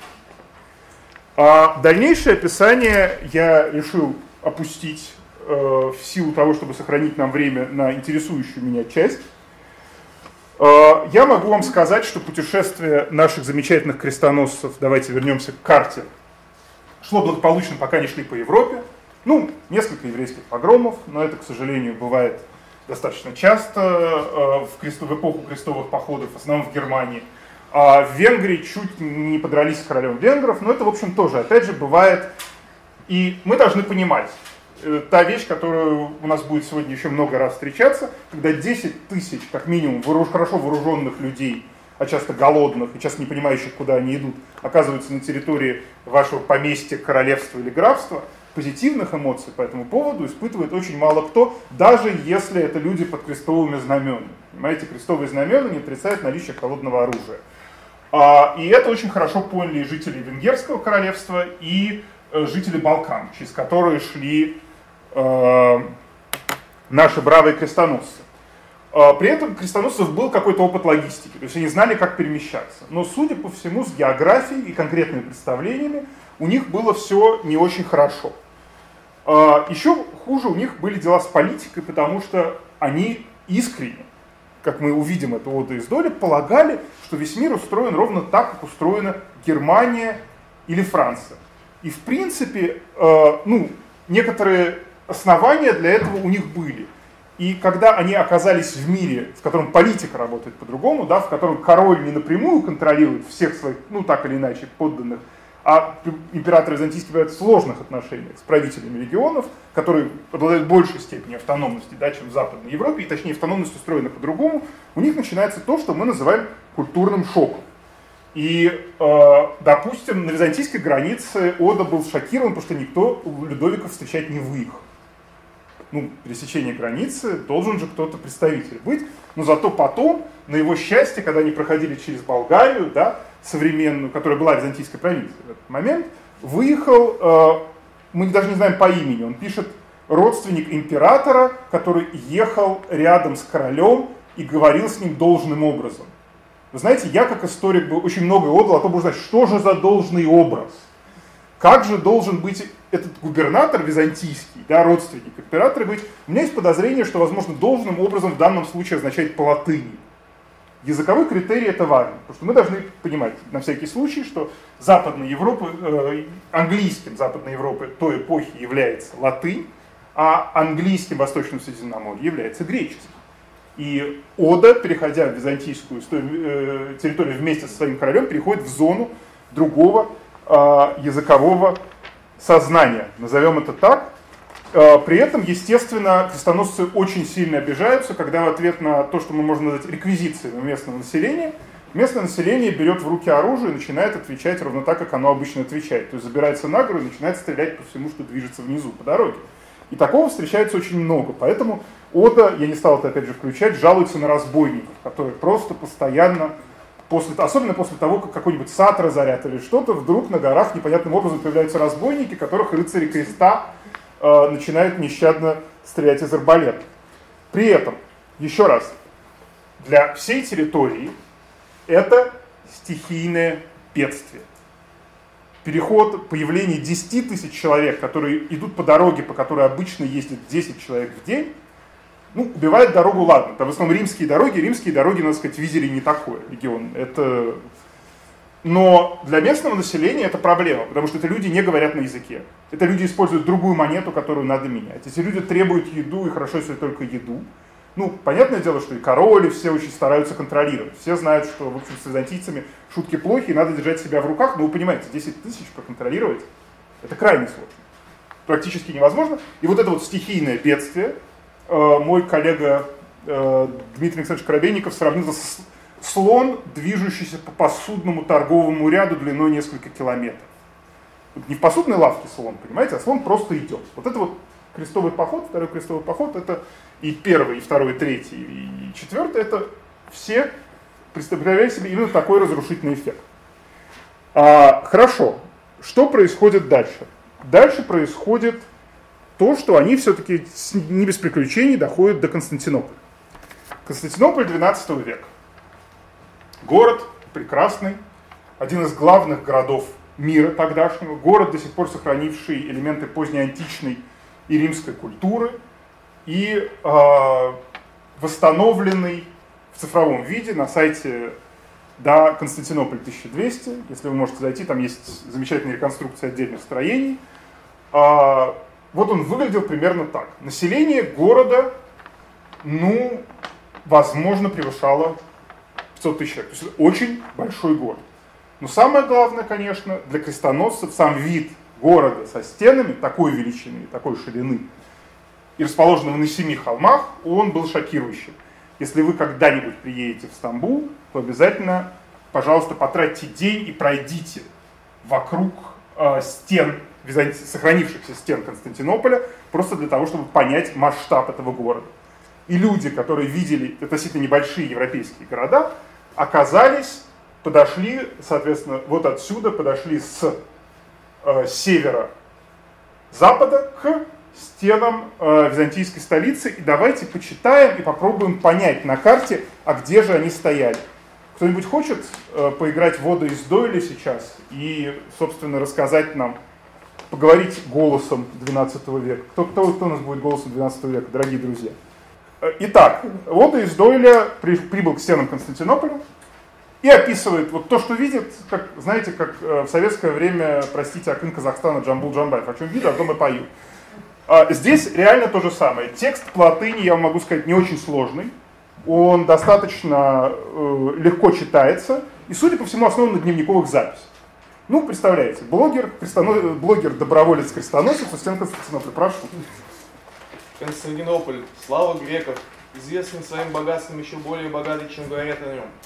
А дальнейшее описание я решил опустить э, в силу того, чтобы сохранить нам время на интересующую меня часть. Э, я могу вам сказать, что путешествие наших замечательных крестоносцев, давайте вернемся к карте, шло благополучно, пока не шли по Европе. Ну, несколько еврейских погромов, но это, к сожалению, бывает достаточно часто э, в, крестов, в эпоху крестовых походов, в основном в Германии. А в Венгрии чуть не подрались с королем венгров, но это, в общем, тоже, опять же, бывает. И мы должны понимать, э, та вещь, которую у нас будет сегодня еще много раз встречаться, когда десять тысяч, как минимум, вооруж, хорошо вооруженных людей, а часто голодных и часто не понимающих, куда они идут, оказываются на территории вашего поместья, королевства или графства, позитивных эмоций по этому поводу испытывает очень мало кто, даже если это люди под крестовыми знаменами. Понимаете, крестовые знамена не отрицают наличие холодного оружия. А, и это очень хорошо поняли жители Венгерского королевства и э, жители Балкан, через которые шли э, наши бравые крестоносцы. А, при этом у крестоносцев был какой-то опыт логистики, то есть они знали, как перемещаться. Но, судя по всему, с географией и конкретными представлениями у них было все не очень хорошо. Еще хуже у них были дела с политикой, потому что они искренне, как мы увидим это у Ода из Дойля, полагали, что весь мир устроен ровно так, как устроена Германия или Франция. И в принципе, ну, некоторые основания для этого у них были. И когда они оказались в мире, в котором политика работает по-другому, да, в котором король не напрямую контролирует всех своих, ну так или иначе, подданных, а император византийский бывает в сложных отношениях с правителями регионов, которые обладают большей степенью автономности, да, чем в Западной Европе, и точнее автономность устроена по-другому, у них начинается то, что мы называем культурным шоком. И, э, допустим, на византийской границе Ода был шокирован, потому что никто у Людовика встречать не выехал. Ну, пересечение границы должен же кто-то представитель быть, но зато потом, на его счастье, когда они проходили через Болгарию, да, современную, которая была византийской провинцией в этот момент, выехал, э, мы даже не знаем по имени, он пишет, родственник императора, который ехал рядом с королем и говорил с ним должным образом. Вы знаете, я как историк бы очень много отдал о том, узнать, что же за должный образ. Как же должен быть этот губернатор византийский, да, родственник императора быть? У меня есть подозрение, что, возможно, должным образом в данном случае означает по латыни. Языковой критерий это важно, потому что мы должны понимать на всякий случай, что Западной Европы, э, английским Западной Европы той эпохи является латынь, а английским Восточным Средиземноморьем является греческий. И Ода, переходя в византийскую э, территорию вместе со своим королем, переходит в зону другого э, языкового сознания, назовем это так. Э, при этом, естественно, крестоносцы очень сильно обижаются, когда в ответ на то, что мы можем назвать реквизицией местного населения, местное население берет в руки оружие и начинает отвечать ровно так, как оно обычно отвечает. То есть забирается на гору и начинает стрелять по всему, что движется внизу по дороге. И такого встречается очень много. Поэтому Ода, я не стал это опять же включать, жалуется на разбойников, которые просто постоянно, после, особенно после того, как какой-нибудь сад разорят или что-то, вдруг на горах непонятным образом появляются разбойники, которых рыцари креста э, начинают нещадно стрелять из арбалета. При этом, еще раз, для всей территории это стихийное бедствие. Переход, появление десяти тысяч человек, которые идут по дороге, по которой обычно ездит десять человек в день, ну, убивает дорогу, ладно. Это в основном римские дороги. Римские дороги, надо сказать, видели не такое, регион. Это... Но для местного населения это проблема, потому что это люди не говорят на языке. Это люди используют другую монету, которую надо менять. Эти люди требуют еду, и хорошо, если только еду. Ну, понятное дело, что и короли все очень стараются контролировать. Все знают, что, в общем, с византийцами шутки плохи, и надо держать себя в руках. Но вы понимаете, десять тысяч проконтролировать – это крайне сложно. Практически невозможно. И вот это вот стихийное бедствие, э, мой коллега э, Дмитрий Александрович Коробейников сравнил с слон, движущийся по посудному торговому ряду длиной несколько километров. Вот не в посудной лавке слон, понимаете, а слон просто идет. Вот это вот крестовый поход, второй крестовый поход – это и первый, и второй, и третий, и четвертый, это все представляют себе именно такой разрушительный эффект. А, хорошо, что происходит дальше? Дальше происходит то, что они все-таки не без приключений доходят до Константинополя. Константинополь двенадцатого века. Город прекрасный, один из главных городов мира тогдашнего, город, до сих пор сохранивший элементы позднеантичной и римской культуры, и э, восстановленный в цифровом виде на сайте да, Константинополь тысяча двести. Если вы можете зайти, там есть замечательная реконструкция отдельных строений. Э, вот он выглядел примерно так. Население города, ну, возможно, превышало пятьсот тысяч человек. То есть это очень большой город. Но самое главное, конечно, для крестоносцев сам вид города со стенами такой величины, такой ширины, и расположенного на семи холмах, он был шокирующим. Если вы когда-нибудь приедете в Стамбул, то обязательно, пожалуйста, потратьте день и пройдите вокруг э, стен, сохранившихся стен Константинополя, просто для того, чтобы понять масштаб этого города. И люди, которые видели относительно небольшие европейские города, оказались, подошли, соответственно, вот отсюда, подошли с э, севера-запада к стенам э, византийской столицы, и давайте почитаем и попробуем понять на карте, а где же они стояли. Кто-нибудь хочет э, поиграть в Ода из Дойля сейчас и, собственно, рассказать нам, поговорить голосом двенадцатого века? Кто, кто, кто у нас будет голосом двенадцатого века, дорогие друзья? Итак, Ода из Дойля при, прибыл к стенам Константинополя и описывает вот то, что видит, как, знаете, как э, в советское время, простите, акын Казахстана Джамбул Джамбаев, о чем видят, о том и поют. Здесь реально то же самое. Текст по латыни, я вам могу сказать, не очень сложный. Он достаточно э, легко читается. И, судя по всему, основан на дневниковых записях. Ну, представляете, блогер, крестоно... блогер-доброволец крестоносец со стен Константинополя. Прошу. Константинополь, слава греков, известный своим богатством еще более богатый, чем говорят о нем.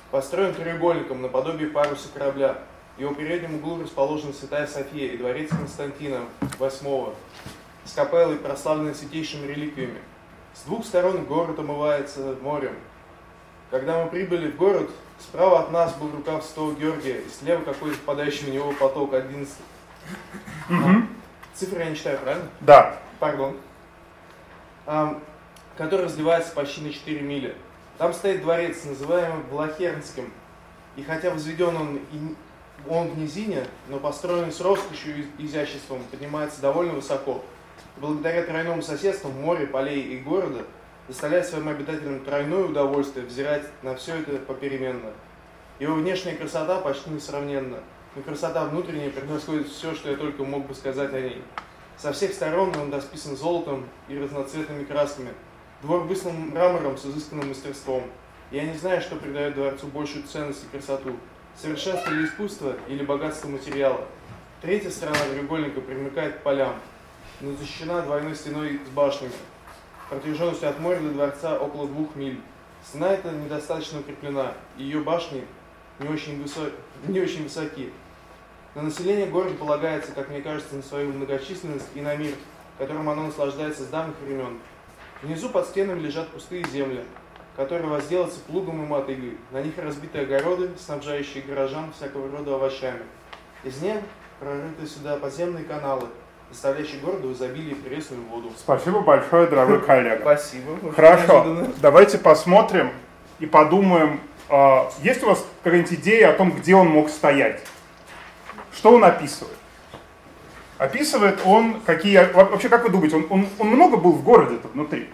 Построен треугольником наподобие паруса корабля. В его переднем углу расположена Святая София и дворец Константина восьмого с капеллой, прославленной святейшими реликвиями. С двух сторон город омывается морем. Когда мы прибыли в город, справа от нас был рукав Святого Георгия, и слева какой-то впадающий в него поток одиннадцать. Угу. Цифры я не читаю, правильно? Да. Пардон. А, который разливается почти на четыре мили. Там стоит дворец, называемый Влахернским. И хотя возведен он, и, он в низине, но построенный с роскошью и изяществом, поднимается довольно высоко. И благодаря тройному соседству моря, полей и города доставляет своим обитателям тройное удовольствие взирать на все это попеременно. Его внешняя красота почти несравненна, но красота внутренняя превосходит все, что я только мог бы сказать о ней. Со всех сторон он расписан золотом и разноцветными красками. Двор выслан мрамором с изысканным мастерством. Я не знаю, что придает дворцу большую ценность и красоту. Совершенство ли искусства или богатство материала. Третья сторона треугольника примыкает к полям, но защищена двойной стеной с башнями. Протяженностью от моря до дворца около двух миль. Стена эта недостаточно укреплена, и ее башни не очень, высо... не очень высоки. На население города полагается, как мне кажется, на свою многочисленность и на мир, которым оно наслаждается с давних времен. Внизу под стенами лежат пустые земли, которые возделаются плугом и мотыгой. На них разбиты огороды, снабжающие горожан всякого рода овощами. Из них прорыты сюда подземные каналы, доставляющие городу в изобилии пресную воду. Спасибо большое, дорогой коллега. Спасибо. Хорошо, давайте посмотрим и подумаем, есть у вас какая-нибудь идея о том, где он мог стоять? Что он описывает? Описывает он, какие... Вообще, как вы думаете, он, он, он много был в городе-то внутри?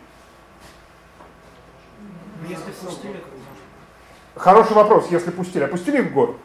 Если пустили, то... Хороший вопрос, если пустили. А пустили их в город?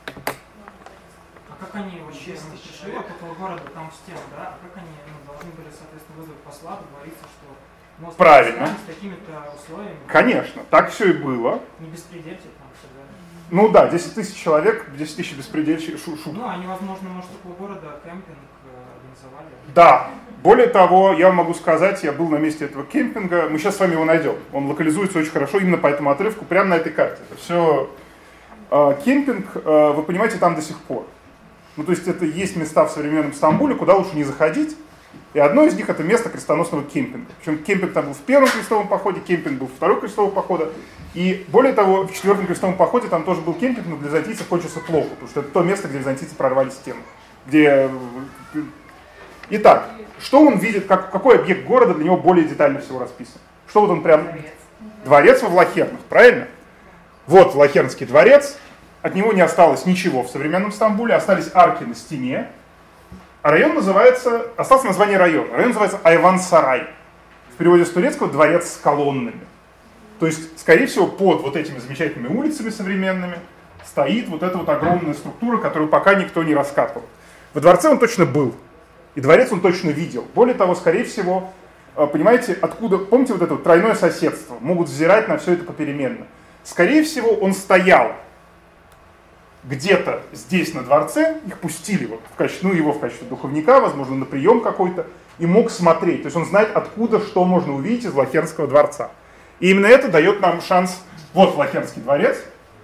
А как они вообще пришли от этого города, там стены, да? А как они ну, должны были, соответственно, вызвать посла, договориться, что... Мост правильно. С такими-то условиями? Конечно, так все и было. Не беспредельте там, все далее. Ну да, десять тысяч человек, десять тысяч беспредельщиков, шут. Ну, они, возможно, может, около города кемпинг организовали. Да. Более того, я вам могу сказать, я был на месте этого кемпинга, мы сейчас с вами его найдем. Он локализуется очень хорошо именно по этому отрывку, прямо на этой карте. Это все э, кемпинг, э, вы понимаете, там до сих пор. Ну, то есть это есть места в современном Стамбуле, куда лучше не заходить. И одно из них это место крестоносного кемпинга. Причем кемпинг там был в первом крестовом походе, кемпинг был в втором крестовом походе. И более того, в четвертом крестовом походе там тоже был кемпинг, но для византийцев кончился плохо, потому что это то место, где византийцы прорвали стену. Где... Итак, что он видит, как, какой объект города для него более детально всего расписан? Что вот он прям... Дворец. Дворец во Влахернах, правильно? Вот Влахернский дворец. От него не осталось ничего в современном Стамбуле. Остались арки на стене. А район называется... Осталось название района. Район называется Айван-Сарай. В переводе с турецкого «дворец с колоннами». То есть, скорее всего, под вот этими замечательными улицами современными стоит вот эта вот огромная структура, которую пока никто не раскапывал. Во дворце он точно был. И дворец он точно видел. Более того, скорее всего, понимаете, откуда... Помните вот это вот тройное соседство? Могут взирать на все это попеременно. Скорее всего, он стоял где-то здесь на дворце, их пустили вот в качестве, ну, его в качестве духовника, возможно, на прием какой-то, и мог смотреть. То есть он знает, откуда что можно увидеть из Влахернского дворца. И именно это дает нам шанс. Вот Влахернский дворец.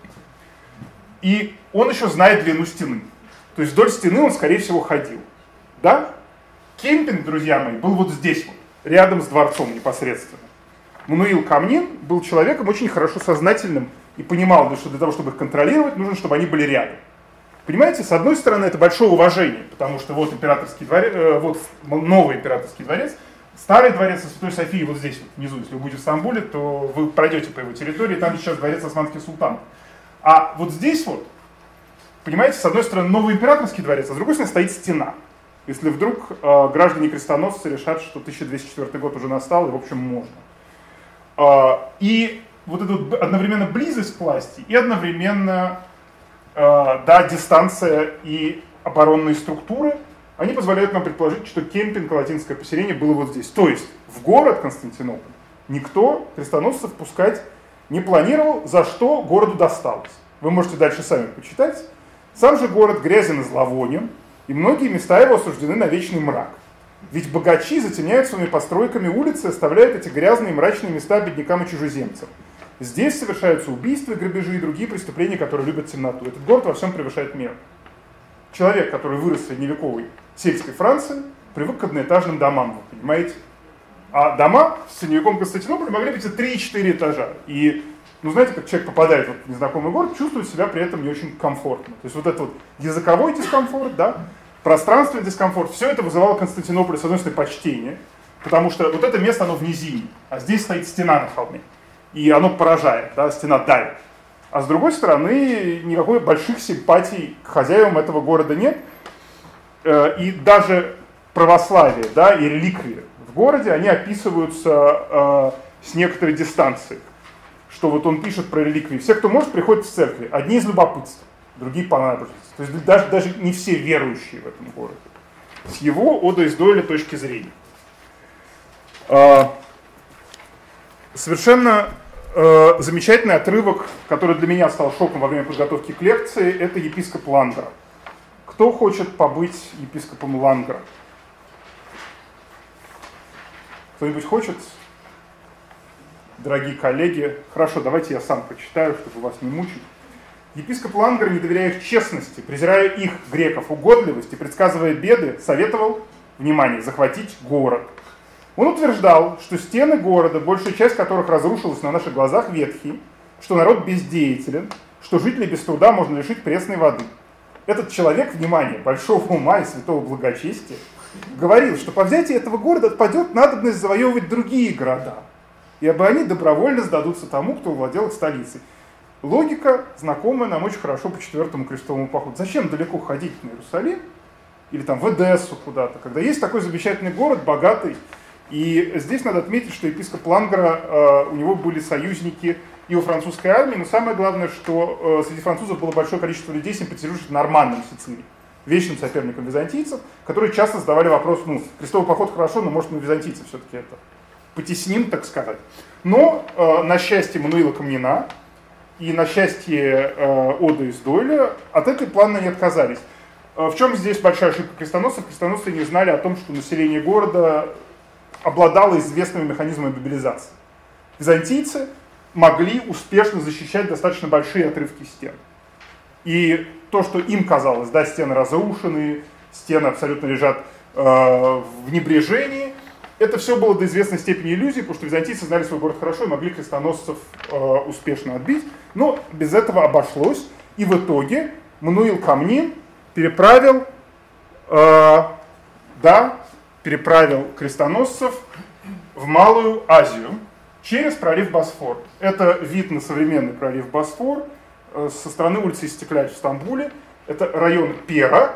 И он еще знает длину стены. То есть вдоль стены он, скорее всего, ходил. Да? Кемпинг, друзья мои, был вот здесь вот, рядом с дворцом непосредственно. Мануил Камнин был человеком очень хорошо сознательным и понимал, что для того, чтобы их контролировать, нужно, чтобы они были рядом. Понимаете, с одной стороны, это большое уважение, потому что вот императорский дворец, э, вот новый императорский дворец, старый дворец Святой Софии вот здесь вот внизу, если вы будете в Стамбуле, то вы пройдете по его территории, там сейчас дворец османских султанов. А вот здесь вот, понимаете, с одной стороны новый императорский дворец, а с другой стороны стоит стена. Если вдруг э, граждане-крестоносцы решат, что тысяча двести четвёртый год уже настал, и в общем можно. Э, и вот эта вот одновременно близость к власти и одновременно э, да, дистанция и оборонные структуры, они позволяют нам предположить, что кемпинг, латинское поселение было вот здесь. То есть в город Константинополь никто крестоносцев пускать не планировал, за что городу досталось. Вы можете дальше сами почитать. Сам же город грязен и зловонен, и многие места его осуждены на вечный мрак. Ведь богачи затемняют своими постройками улицы и оставляют эти грязные и мрачные места беднякам и чужеземцам. Здесь совершаются убийства, грабежи и другие преступления, которые любят темноту. Этот город во всем превышает меру. Человек, который вырос в средневековой сельской Франции, привык к одноэтажным домам, вы понимаете? А дома в средневековом Константинополе могли быть и три-четыре этажа. И, ну, знаете, как человек попадает в незнакомый город, чувствует себя при этом не очень комфортно. То есть вот этот вот языковой дискомфорт, да, пространственный дискомфорт, все это вызывало в Константинополе, с одной стороны, почтение, потому что вот это место, оно в низине, а здесь стоит стена на холме. И оно поражает, да, стена давит. А с другой стороны, никакой больших симпатий к хозяевам этого города нет. И даже православие, да, и реликвии в городе, они описываются э, с некоторой дистанцией. Что вот он пишет про реликвии. Все, кто может, приходят в церкви. Одни из любопытства, другие по набожности. То есть даже, даже не все верующие в этом городе. С его Ода из Дойля точки зрения. Э, совершенно э, замечательный отрывок, который для меня стал шоком во время подготовки к лекции, это епископ Лангра. Кто хочет побыть епископом Лангра? Кто-нибудь хочет? Дорогие коллеги, хорошо, давайте я сам прочитаю, чтобы вас не мучить. Епископ Лангра, не доверяя их честности, презирая их, греков, угодливость и предсказывая беды, советовал, внимание, захватить город. Он утверждал, что стены города, большая часть которых разрушилась на наших глазах, ветхие, что народ бездеятелен, что жителей без труда можно лишить пресной воды. Этот человек, внимание, большого ума и святого благочестия, говорил, что по взятии этого города отпадет надобность завоевывать другие города, и ибо они добровольно сдадутся тому, кто владел их столицей. Логика, знакомая нам очень хорошо по четвертому крестовому походу. Зачем далеко ходить на Иерусалим или там в Эдессу куда-то, когда есть такой замечательный город, богатый. И здесь надо отметить, что епископ Лангра, э, у него были союзники и у французской армии, но самое главное, что э, среди французов было большое количество людей, симпатизирующих норманным Сицилии, вечным соперникам византийцев, которые часто задавали вопрос, ну, крестовый поход хорошо, но может мы византийцев все-таки это потесним, так сказать. Но э, на счастье Мануила Камнина и на счастье э, Ода из Дойля от этой плана не отказались. Э, в чем здесь большая ошибка крестоносцев? Крестоносцы не знали о том, что население города обладало известными механизмами мобилизации. Византийцы могли успешно защищать достаточно большие отрывки стен. И то, что им казалось, да, стены разрушены, стены абсолютно лежат э, в небрежении, это все было до известной степени иллюзией, потому что византийцы знали свой город хорошо и могли крестоносцев э, успешно отбить, но без этого обошлось, и в итоге Мануил Камнин переправил, э, да, переправил крестоносцев в Малую Азию через пролив Босфор. Это вид на современный пролив Босфор со стороны улицы Истекляч в Стамбуле. Это район Пера,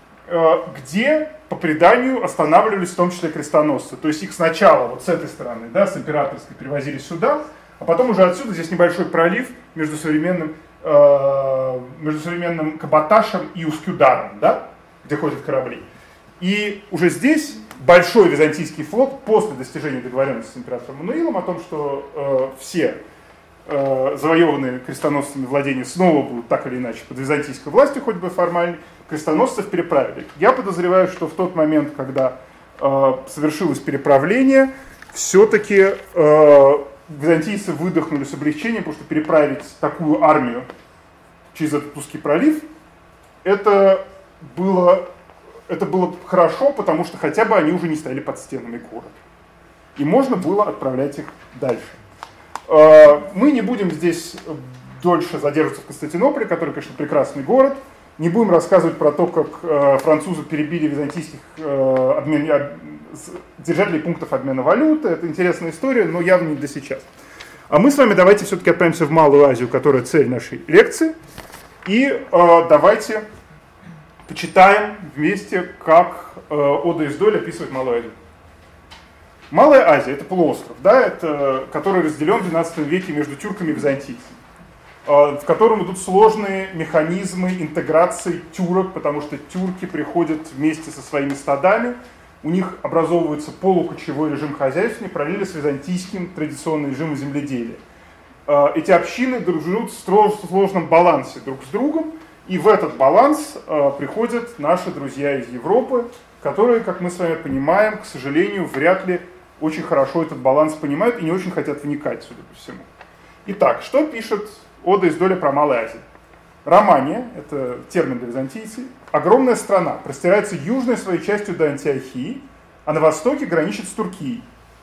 где, по преданию, останавливались в том числе крестоносцы. То есть их сначала вот с этой стороны, да, с Императорской, перевозили сюда, а потом уже отсюда здесь небольшой пролив между современным, э, между современным Кабаташем и Ускюдаром, да, где ходят корабли. И уже здесь большой византийский флот после достижения договоренности с императором Мануилом о том, что э, все э, завоеванные крестоносцами владения снова будут так или иначе под византийской властью, хоть бы формально, крестоносцев переправили. Я подозреваю, что в тот момент, когда э, совершилось переправление, все-таки э, византийцы выдохнули с облегчением, потому что переправить такую армию через этот узкий пролив, это было... Это было хорошо, потому что хотя бы они уже не стояли под стенами города. И можно было отправлять их дальше. Мы не будем здесь дольше задерживаться в Константинополе, который, конечно, прекрасный город. Не будем рассказывать про то, как французы перебили византийских обмен... держателей пунктов обмена валюты. Это интересная история, но явно не для сейчас. А мы с вами давайте все-таки отправимся в Малую Азию, которая цель нашей лекции. И давайте... почитаем вместе, как э, Ода из Дойля описывает Малую Азию. Малая Азия – это полуостров, да, это, который разделен в двенадцатом веке между тюрками и византийцами, э, в котором идут сложные механизмы интеграции тюрок, потому что тюрки приходят вместе со своими стадами, у них образовывается полукочевой режим хозяйствования, параллельно с византийским традиционным режимом земледелия. Э, эти общины живут в сложном балансе друг с другом, и в этот баланс э, приходят наши друзья из Европы, которые, как мы с вами понимаем, к сожалению, вряд ли очень хорошо этот баланс понимают и не очень хотят вникать, судя по всему. Итак, что пишет Ода из Доли про Малой Азии? Романия, это термин для византийцев, огромная страна, простирается южной своей частью до Антиохии, а на востоке граничит с Туркией.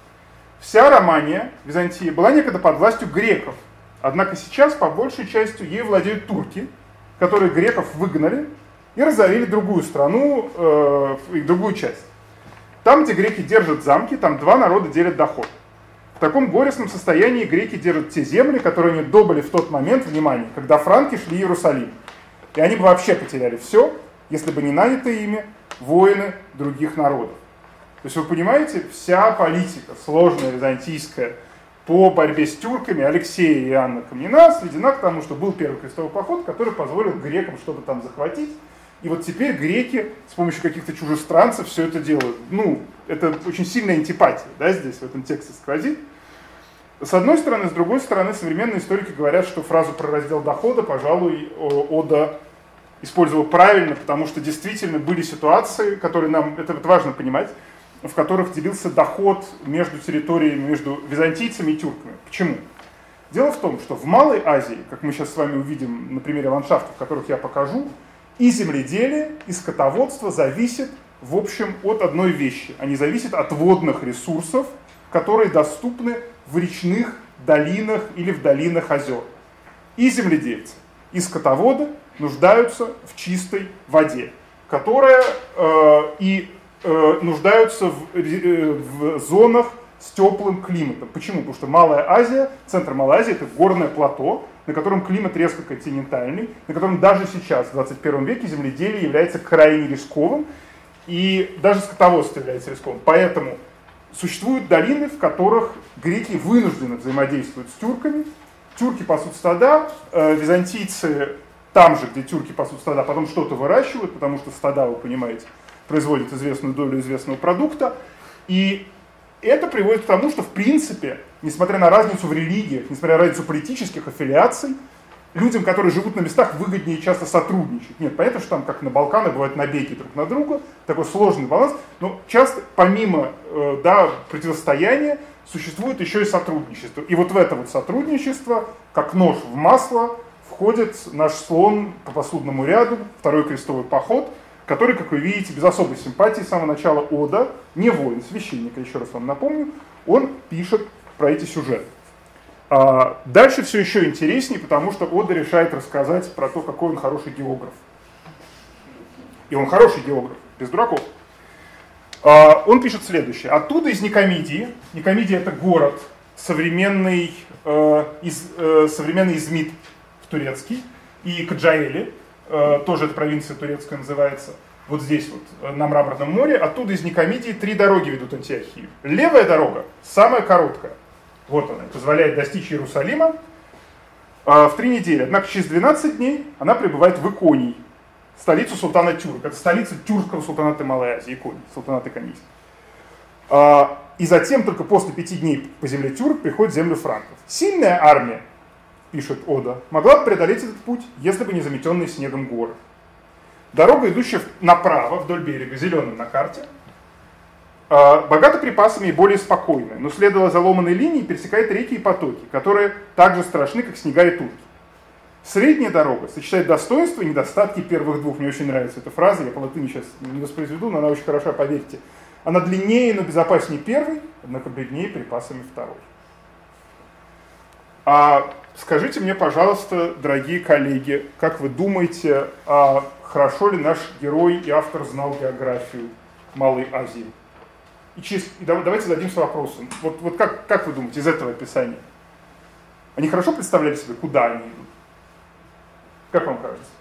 Вся Романия, Византия, была некогда под властью греков, однако сейчас по большей части ею владеют турки, которые греков выгнали и разорили другую страну, э, другую часть. Там, где греки держат замки, там два народа делят доход. В таком горестном состоянии греки держат те земли, которые они добыли в тот момент, внимание, когда франки шли в Иерусалим. И они бы вообще потеряли все, если бы не нанятые ими воины других народов. То есть вы понимаете, вся политика сложная, византийская, по борьбе с тюрками Алексея и Иоанна Комнина сведена к тому, что был первый крестовый поход, который позволил грекам что-то там захватить. И вот теперь греки с помощью каких-то чужестранцев все это делают. Ну, это очень сильная антипатия, да, здесь в этом тексте сквозит. С одной стороны, с другой стороны, современные историки говорят, что фразу про раздел дохода, пожалуй, Ода использовал правильно, потому что действительно были ситуации, которые нам, это вот важно понимать, в которых делился доход между территориями, между византийцами и тюрками. Почему? Дело в том, что в Малой Азии, как мы сейчас с вами увидим на примере ландшафтов, которых я покажу, и земледелие, и скотоводство зависит, в общем, от одной вещи. Они зависят от водных ресурсов, которые доступны в речных долинах или в долинах озер. И земледельцы, и скотоводы нуждаются в чистой воде, которая э, и э, нуждаются в, э, в зонах с теплым климатом. Почему? Потому что Малая Азия, центр Малой Азии — это горное плато, на котором климат резко континентальный, на котором даже сейчас, в двадцать первом веке, земледелие является крайне рисковым, и даже скотоводство является рисковым. Поэтому существуют долины, в которых греки вынуждены взаимодействовать с тюрками. Тюрки пасут стада, э, византийцы там же, где тюрки пасут стада, потом что-то выращивают, потому что стада, вы понимаете, производят известную долю известного продукта. И это приводит к тому, что в принципе, несмотря на разницу в религиях, несмотря на разницу политических аффилиаций, людям, которые живут на местах, выгоднее часто сотрудничать. Нет, понятно, что там, как на Балканах, бывают набеги друг на друга, такой сложный баланс, но часто помимо э, да, противостояния существует еще и сотрудничество. И вот в это вот сотрудничество, как нож в масло, входит наш слон по посудному ряду, второй крестовый поход, который, как вы видите, без особой симпатии с самого начала Ода, не воин, священник, еще раз вам напомню, он пишет про эти сюжеты. А дальше все еще интереснее, потому что Ода решает рассказать про то, какой он хороший географ. И он хороший географ, без дураков. А он пишет следующее. Оттуда из Никомидии, Никомидия — это город, современный, э, из, э, современный Измит турецкий, и Каджаэли, э, тоже эта провинция турецкая называется, вот здесь вот, на Мраморном море. Оттуда из Никомидии три дороги ведут Антиохию. Левая дорога, самая короткая, вот она, позволяет достичь Иерусалима э, в три недели. Однако через двенадцать дней она прибывает в Иконий, столицу султана Тюрк. Это столица тюркского султаната Малой Азии, Иконий, султанат Иконийский. Э, и затем только после пяти дней по земле Тюрк приходит в землю франков. Сильная армия, пишет Ода, могла бы преодолеть этот путь, если бы не заметенные снегом горы. Дорога, идущая направо вдоль берега, зеленая на карте, богата припасами и более спокойная, но, следуя заломанной линии, пересекает реки и потоки, которые так же страшны, как снега и тучи. Средняя дорога сочетает достоинства и недостатки первых двух. Мне очень нравится эта фраза, я по латыни сейчас не воспроизведу, но она очень хороша, поверьте. Она длиннее, но безопаснее первой, однако беднее припасами второй. А скажите мне, пожалуйста, дорогие коллеги, как вы думаете, а хорошо ли наш герой и автор знал географию Малой Азии? И, через, и давайте зададимся вопросом. Вот, вот как, как вы думаете из этого описания? Они хорошо представляли себе, куда они идут? Как вам кажется?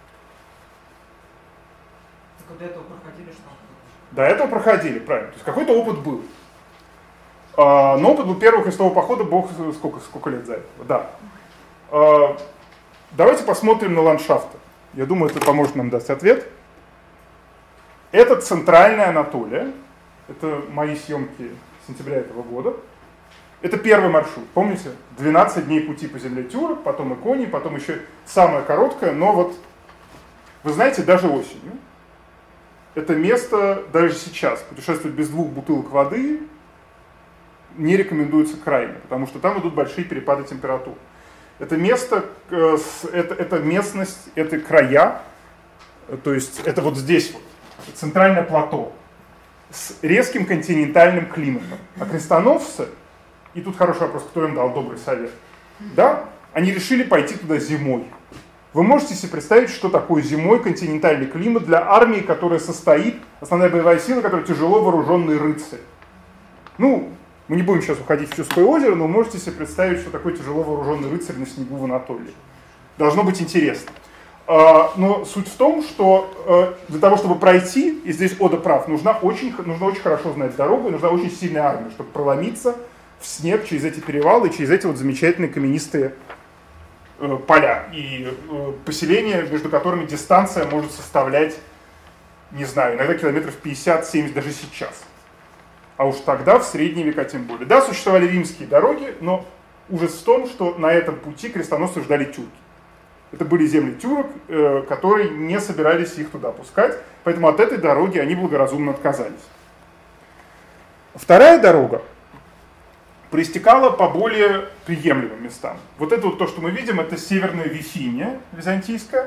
Так до этого проходили что? До этого проходили, правильно. То есть какой-то опыт был. А, но опыт был первого крестового похода, бог сколько, сколько лет за этого. Да. А, давайте посмотрим на ландшафты. Я думаю, это поможет нам дать ответ. Это центральная Анатолия. Это мои съемки сентября этого года. Это первый маршрут. Помните? двенадцать дней пути по земле Тюрок, потом Иконий, потом еще самое короткое, но вот, вы знаете, даже осенью это место, даже сейчас, путешествовать без двух бутылок воды не рекомендуется крайне, потому что там идут большие перепады температур. Это место, это, это местность, это края, то есть это вот здесь вот, центральное плато, с резким континентальным климатом. А крестоносцы, и тут хороший вопрос, кто им дал добрый совет, да, они решили пойти туда зимой. Вы можете себе представить, что такое зимой континентальный климат для армии, которая состоит, основная боевая сила, которая тяжело вооруженный рыцарь. Ну, мы не будем сейчас уходить в Чудское озеро, но можете себе представить, что такое тяжело вооруженный рыцарь на снегу в Анатолии. Должно быть интересно. Но суть в том, что для того, чтобы пройти, и здесь Ода прав, нужно очень, нужно очень хорошо знать дорогу, и нужна очень сильная армия, чтобы проломиться в снег через эти перевалы и через эти вот замечательные каменистые поля и поселения, между которыми дистанция может составлять, не знаю, иногда километров пятьдесят-семьдесят даже сейчас. А уж тогда, в средние века тем более. Да, существовали римские дороги, но ужас в том, что на этом пути крестоносцы ждали тюрки. Это были земли тюрок, которые не собирались их туда пускать, поэтому от этой дороги они благоразумно отказались. Вторая дорога проистекала по более приемлемым местам. Вот это вот то, что мы видим, это северная Вифиния византийская,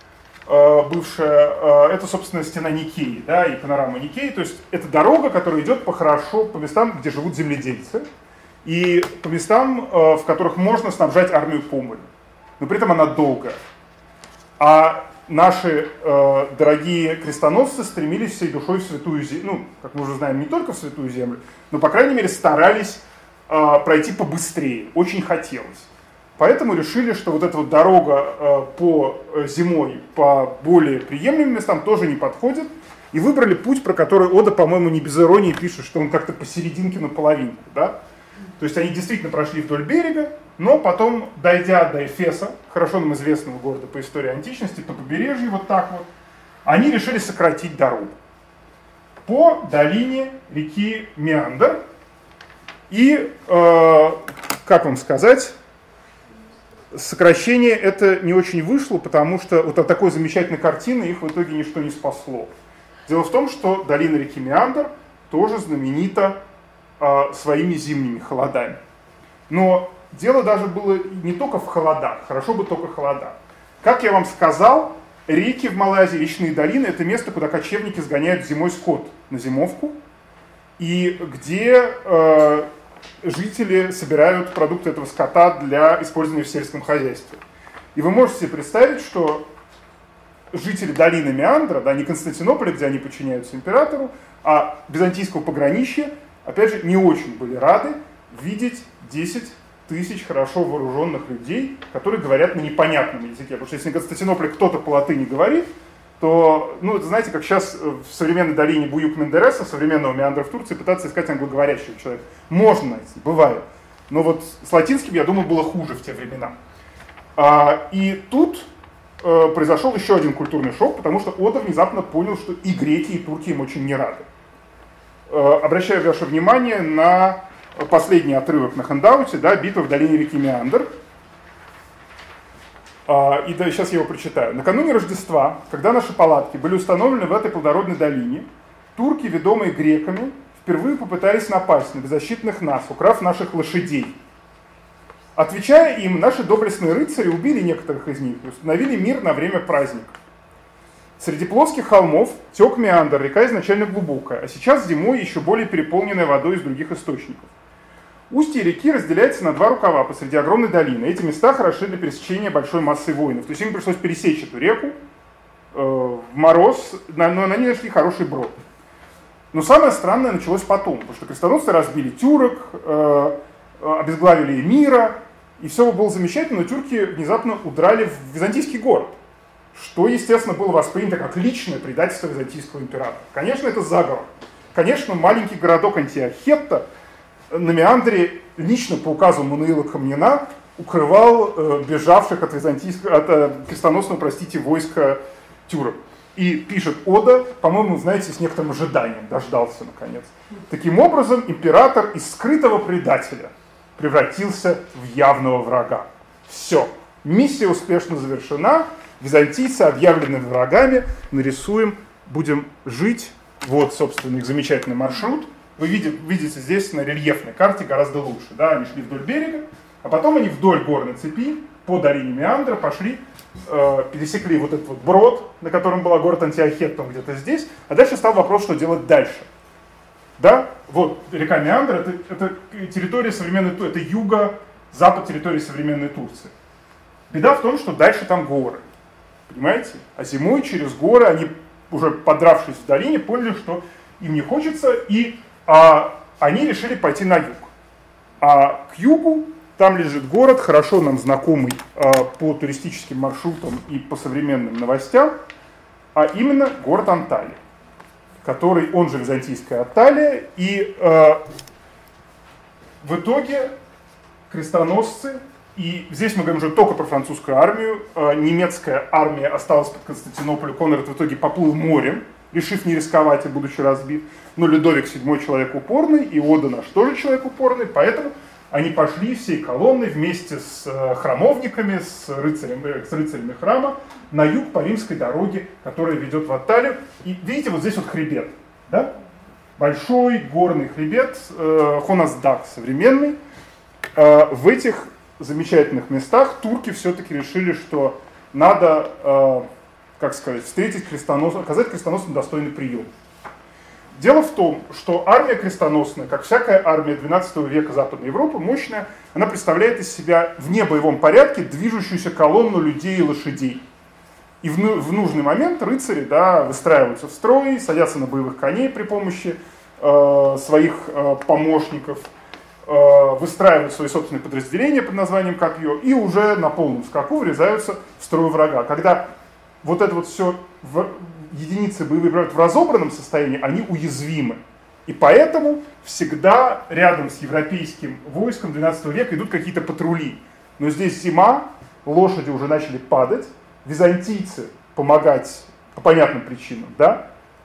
бывшая, это, собственно, стена Никеи, да, и панорама Никеи, то есть это дорога, которая идет по хорошо, по местам, где живут земледельцы, и по местам, в которых можно снабжать армию помощью. Но при этом она долгая. А наши э, дорогие крестоносцы стремились всей душой в святую землю, ну, как мы уже знаем, не только в святую землю, но, по крайней мере, старались э, пройти побыстрее, очень хотелось. Поэтому решили, что вот эта вот дорога э, по э, зимой по более приемлемым местам тоже не подходит, и выбрали путь, про который Ода, по-моему, не без иронии пишет, что он как-то посерединке на половинку, да? То есть они действительно прошли вдоль берега, но потом, дойдя до Эфеса, хорошо нам известного города по истории античности, по побережью вот так вот, они решили сократить дорогу по долине реки Меандр. И, э, как вам сказать, сокращение это не очень вышло, потому что вот от такой замечательной картины их в итоге ничто не спасло. Дело в том, что долина реки Меандр тоже знаменита э, своими зимними холодами. Но дело даже было не только в холодах, хорошо бы только холода. Как я вам сказал, реки в Малайзии, речные долины – это место, куда кочевники сгоняют зимой скот на зимовку, и где э, жители собирают продукты этого скота для использования в сельском хозяйстве. И вы можете себе представить, что жители долины Меандра, да, не Константинополя, где они подчиняются императору, а византийского пограничья, опять же, не очень были рады видеть десять тысяч хорошо вооруженных людей, которые говорят на непонятном языке. Потому что если на Константинополе кто-то по латыни говорит, то, ну, это знаете, как сейчас в современной долине Буюк-Мендереса, современного Меандра в Турции, пытаться искать англоговорящего человека. Можно найти, бывает. Но вот с латинским, я думаю, было хуже в те времена. А, и тут э, произошел еще один культурный шок, потому что Ода внезапно понял, что и греки, и турки им очень не рады. Э, обращаю ваше внимание на последний отрывок на хендауте, да, битва в долине реки Меандр. А, и да, сейчас я его прочитаю. Накануне Рождества, когда наши палатки были установлены в этой плодородной долине, турки, ведомые греками, впервые попытались напасть на беззащитных нас, украв наших лошадей. Отвечая им, наши доблестные рыцари убили некоторых из них и установили мир на время праздника. Среди плоских холмов тек Меандр, река изначально глубокая, а сейчас зимой еще более переполненная водой из других источников. Устье реки разделяется на два рукава посреди огромной долины. Эти места хороши для пересечения большой массы воинов. То есть им пришлось пересечь эту реку э, в мороз, но на ней нашли хороший брод. Но самое странное началось потом, потому что крестоносцы разбили тюрок, э, обезглавили эмира, и все было замечательно, но тюрки внезапно удрали в византийский город, что, естественно, было воспринято как личное предательство византийского императора. Конечно, это заговор. Конечно, маленький городок Антиохетта на Меандре лично по указу Мануила Комнина укрывал э, бежавших от, византийского, от э, крестоносного, простите, войска тюрок. И пишет Ода, по-моему, знаете, с некоторым ожиданием дождался, наконец. Таким образом, император из скрытого предателя превратился в явного врага. Все. Миссия успешно завершена. Византийцы объявлены врагами. Нарисуем, будем жить. Вот, собственно, их замечательный маршрут. вы видите, видите здесь на рельефной карте гораздо лучше. Да? Они шли вдоль берега, а потом они вдоль горной цепи по долине Меандра пошли, э, пересекли вот этот вот брод, на котором была город Антиохет, там где-то здесь, а дальше стал вопрос, что делать дальше. Да? Вот река Меандр, это, это территория современной, это юго-запад территории современной Турции. Беда в том, что дальше там горы, понимаете? А зимой через горы они, уже подравшись в долине, поняли, что им не хочется, и а, они решили пойти на юг. А к югу там лежит город, хорошо нам знакомый а, по туристическим маршрутам и по современным новостям, а именно город Анталия, который, он же византийская Анталия, и э, в итоге крестоносцы, и здесь мы говорим уже только про французскую армию, э, немецкая армия осталась под Константинополем, Конрад в итоге поплыл морем, решив не рисковать и будучи разбит, но Людовик седьмой человек упорный, и Ода наш тоже человек упорный, поэтому они пошли всей колонной вместе с э, храмовниками, с рыцарями, с рыцарями храма на юг по римской дороге, которая ведет в Атталию. И видите, вот здесь вот хребет, да? Большой горный хребет, э, Хонасдаг современный. Э, в этих замечательных местах турки все-таки решили, что надо, э, как сказать, встретить крестоносцев, оказать крестоносцам достойный прием. Дело в том, что армия крестоносная, как всякая армия двенадцатого века Западной Европы, мощная, она представляет из себя в небоевом порядке движущуюся колонну людей и лошадей. И в, в нужный момент рыцари, да, выстраиваются в строй, садятся на боевых коней при помощи э, своих э, помощников, э, выстраивают свои собственные подразделения под названием копье и уже на полном скаку врезаются в строй врага. Когда вот это вот все... В, единицы боевые бывают в разобранном состоянии, они уязвимы. И поэтому всегда рядом с европейским войском двенадцатого века идут какие-то патрули. Но здесь зима, лошади уже начали падать, византийцы помогать по понятным причинам, да,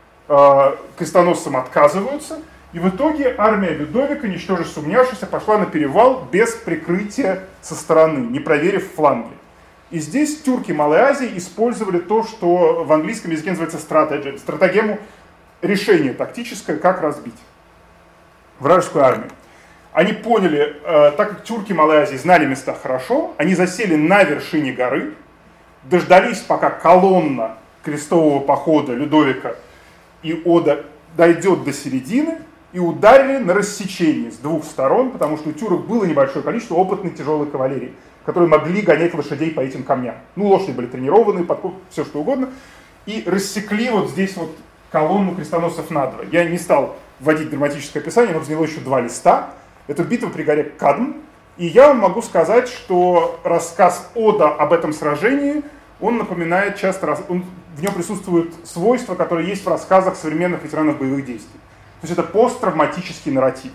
крестоносцам отказываются, и в итоге армия Людовика, ничтоже сумняшися, пошла на перевал без прикрытия со стороны, не проверив фланги. И здесь тюрки Малой Азии использовали то, что в английском языке называется strategy, стратегему, решение тактическое, как разбить вражескую армию. Они поняли, э, так как тюрки Малой Азии знали места хорошо, они засели на вершине горы, дождались, пока колонна крестового похода Людовика и Ода дойдет до середины, и ударили на рассечение с двух сторон, потому что у тюрок было небольшое количество опытной тяжелой кавалерии, которые могли гонять лошадей по этим камням. Ну, лошади были тренированные, подкуп, все что угодно. И рассекли вот здесь вот колонну крестоносцев надвое. Я не стал вводить драматическое описание, но заняло еще два листа. Это битва при горе Кадм. И я вам могу сказать, что рассказ Ода об этом сражении, он напоминает часто, он, в нем присутствуют свойства, которые есть в рассказах современных ветеранов боевых действий. То есть это посттравматический нарратив.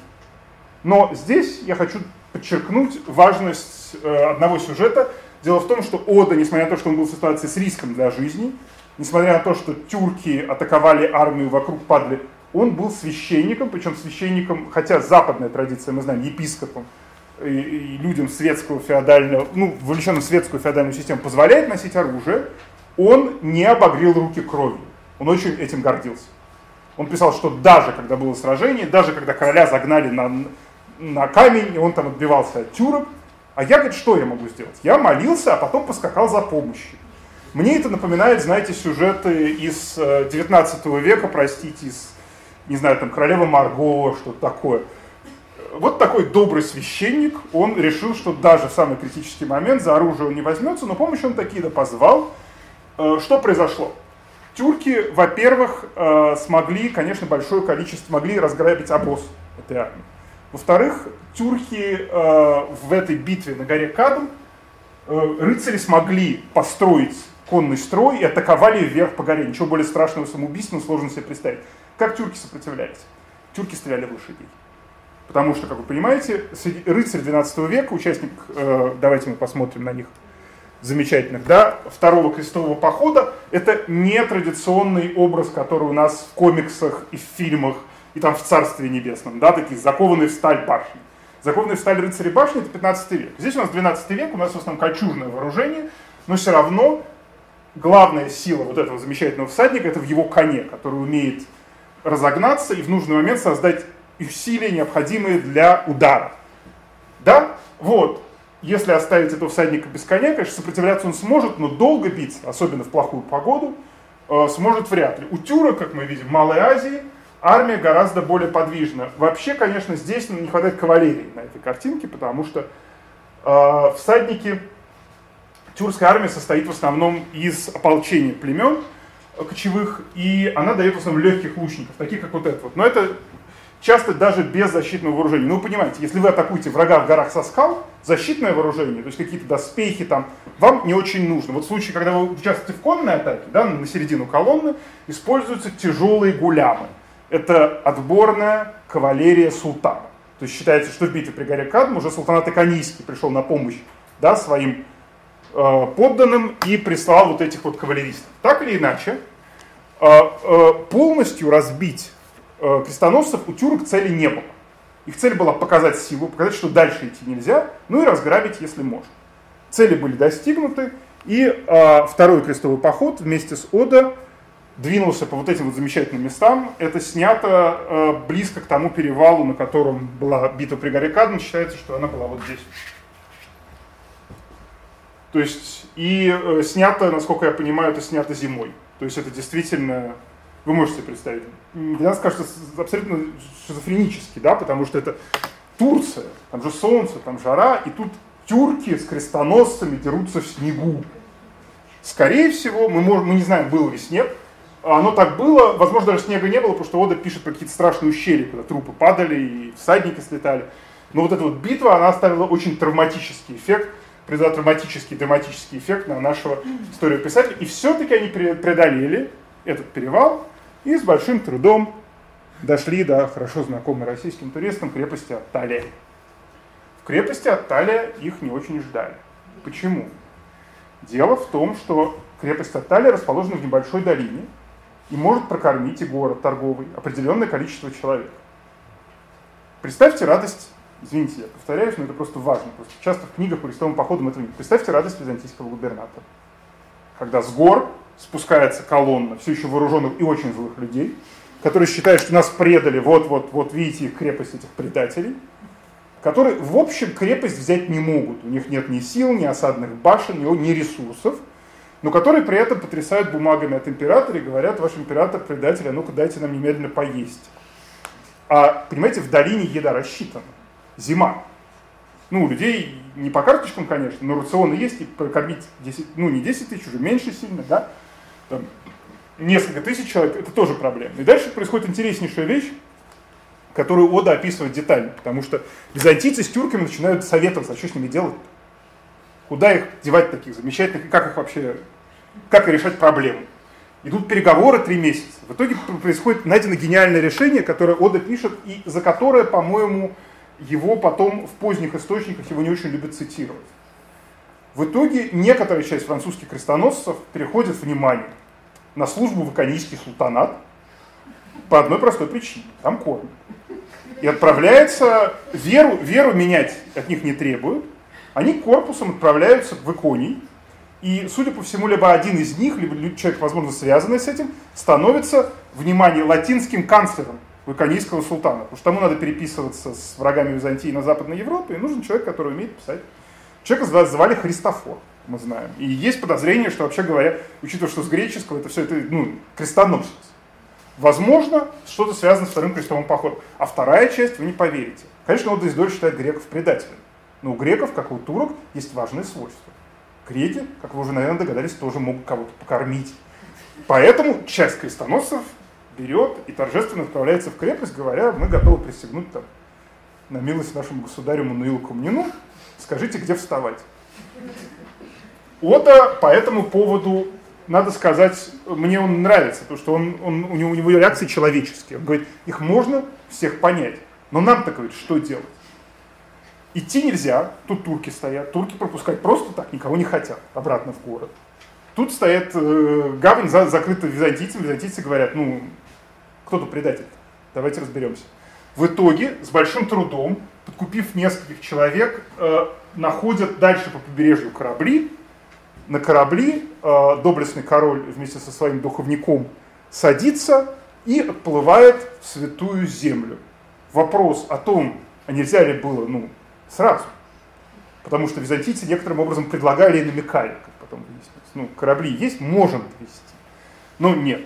Но здесь я хочу подчеркнуть важность э, одного сюжета. Дело в том, что Ода, несмотря на то, что он был в ситуации с риском для жизни, несмотря на то, что тюрки атаковали армию, вокруг падали, он был священником, причем священником, хотя западная традиция, мы знаем, епископом, и, и людям светского феодального, ну, вовлеченным в светскую феодальную систему позволяет носить оружие, он не обогрел руки кровью. Он очень этим гордился. Он писал, что даже когда было сражение, даже когда короля загнали на, на камень, и он там отбивался от тюрок, а я, говорит, что я могу сделать? Я молился, а потом поскакал за помощью. Мне это напоминает, знаете, сюжеты из девятнадцатого века, простите, из, не знаю, там, королевы Марго, что-то такое. Вот такой добрый священник, он решил, что даже в самый критический момент за оружие он не возьмется, но помощь он таки-то позвал. Что произошло? Тюрки, во-первых, смогли, конечно, большое количество, могли разграбить обоз этой армии. Во-вторых, тюрки в этой битве на горе Кадм, рыцари смогли построить конный строй и атаковали вверх по горе. Ничего более страшного, самоубийственного сложно себе представить. Как тюрки сопротивлялись? Тюрки стреляли в лошадей. Потому что, как вы понимаете, рыцарь двенадцатого века, участник, давайте мы посмотрим на них, замечательных, да, второго крестового похода, это не традиционный образ, который у нас в комиксах и в фильмах, и там в Царстве Небесном, да, такие закованные в сталь башни. Закованные в сталь рыцари башни — это пятнадцатый век. Здесь у нас двенадцатый век, у нас в основном кольчужное вооружение, но все равно главная сила вот этого замечательного всадника — это в его коне, который умеет разогнаться и в нужный момент создать и усилия, необходимые для удара. Да? Вот. Если оставить этого всадника без коня, конечно, сопротивляться он сможет, но долго биться, особенно в плохую погоду, э, сможет вряд ли. У тюрок, как мы видим, в Малой Азии армия гораздо более подвижна. Вообще, конечно, здесь не хватает кавалерии на этой картинке, потому что э, всадники, тюркская армия состоит в основном из ополчения племен кочевых, и она дает в основном легких лучников, таких как вот этот вот. Но это часто даже без защитного вооружения. Ну, вы понимаете, если вы атакуете врага в горах со скал, защитное вооружение, то есть какие-то доспехи там, вам не очень нужно. Вот в случае, когда вы участвуете в конной атаке, да, на середину колонны, используются тяжелые гулямы. Это отборная кавалерия султана. То есть считается, что в битве при горе Кадм уже султанат Аканийский пришел на помощь, да, своим э, подданным и прислал вот этих вот кавалеристов. Так или иначе, э, э, полностью разбить э, крестоносцев у тюрок цели не было. Их цель была показать силу, показать, что дальше идти нельзя, ну и разграбить, если можно. Цели были достигнуты, и э, второй крестовый поход вместе с Ода двинулся по вот этим вот замечательным местам. Это снято э, близко к тому перевалу, на котором была битва при горе Кадм. Считается, что она была вот здесь. То есть, и э, снято, насколько я понимаю, это снято зимой. То есть это действительно, вы можете себе представить, для нас кажется абсолютно шизофренически, да, потому что это Турция, там же солнце, там жара, и тут тюрки с крестоносцами дерутся в снегу. Скорее всего, мы, можем, мы не знаем, был ли снег, оно так было, возможно, даже снега не было, потому что Ода пишет про какие-то страшные ущелья, когда трупы падали и всадники слетали. Но вот эта вот битва, она оставила очень травматический эффект, произвела травматический, драматический эффект на нашего историю писателя. И все-таки они преодолели этот перевал и с большим трудом дошли до хорошо знакомой российским туристам крепости Атталия. В крепости Атталия их не очень ждали. Почему? Дело в том, что крепость Атталия расположена в небольшой долине и может прокормить и город торговый определенное количество человек. Представьте радость, извините, я повторяюсь, но это просто важно, просто часто в книгах по крестовым походам этого нет. Представьте радость византийского губернатора, когда с гор спускается колонна все еще вооруженных и очень злых людей, которые считают, что нас предали, вот-вот-вот, видите их крепость этих предателей, которые, в общем, крепость взять не могут. У них нет ни сил, ни осадных башен, ни ресурсов, но которые при этом потрясают бумагами от императора и говорят: ваш император предатель, а ну-ка дайте нам немедленно поесть. А, понимаете, в долине еда рассчитана. Зима. Ну, у людей не по карточкам, конечно, но рационы есть, и прокормить десять, ну, не десять тысяч, уже меньше сильно, да, там, несколько тысяч человек, это тоже проблема. И дальше происходит интереснейшая вещь, которую Ода описывает детально, потому что византийцы с тюрками начинают советоваться, а что с ними делать? Куда их девать таких замечательных, и как их вообще, как решать проблему? Идут переговоры три месяца. В итоге происходит найдено гениальное решение, которое Ода пишет, и за которое, по-моему, его потом в поздних источниках его не очень любят цитировать. В итоге некоторая часть французских крестоносцев переходит, внимание, на службу в Аканийский султанат по одной простой причине. Там кормят. И отправляется, веру, веру менять от них не требуют, они корпусом отправляются в Иконий, и, судя по всему, либо один из них, либо человек, возможно, связанный с этим, становится, внимание, латинским канцлером иконийского султана. Потому что тому надо переписываться с врагами Византии на Западной Европе, и нужен человек, который умеет писать. Человека звали Христофор, мы знаем. И есть подозрение, что, вообще говоря, учитывая, что с греческого это все это, ну, крестоносец. Возможно, что-то связано с вторым крестовым походом. А вторая часть, вы не поверите. Конечно, Ода Изидор считает греков предателями. Но у греков, как и у турок, есть важные свойства. Греки, как вы уже, наверное, догадались, тоже могут кого-то покормить. Поэтому часть крестоносцев берет и торжественно отправляется в крепость, говоря: мы готовы присягнуть там на милость нашему государю Мануилу Комнину, скажите, где вставать. Ода по этому поводу, надо сказать, мне он нравится, потому что он, он, у, него, у него реакции человеческие. Он говорит: их можно всех понять, но нам-то, говорит, что делать? Идти нельзя, тут турки стоят, турки пропускать просто так никого не хотят обратно в город. Тут стоят, э, гавань за, закрыта византийцами, византийцы говорят: ну, кто тут предатель? Давайте разберемся. В итоге, с большим трудом, подкупив нескольких человек, э, находят дальше по побережью корабли. На корабли э, доблестный король вместе со своим духовником садится и отплывает в Святую Землю. вопрос о том, а нельзя ли было, ну, сразу. Потому что византийцы некоторым образом предлагали и намекали, как потом выяснилось. Ну, корабли есть, можем вести. Но нет.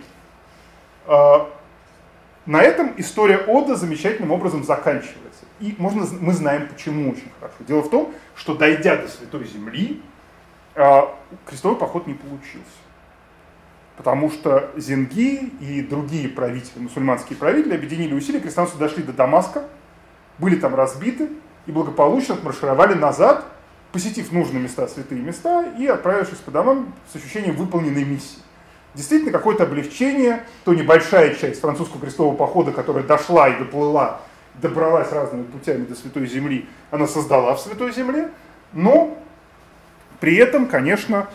На этом история Ода замечательным образом заканчивается. И можно, мы знаем, почему очень хорошо. Дело в том, что дойдя до Святой Земли, крестовый поход не получился. Потому что зенги и другие правители, мусульманские правители, объединили усилия, крестоносцы дошли до Дамаска, были там разбиты и благополучно отмаршировали назад, посетив нужные места, святые места, и отправившись по домам с ощущением выполненной миссии. Действительно, какое-то облегчение, то небольшая часть французского крестового похода, которая дошла и доплыла, добралась разными путями до Святой Земли, она создала в Святой Земле, но при этом, конечно,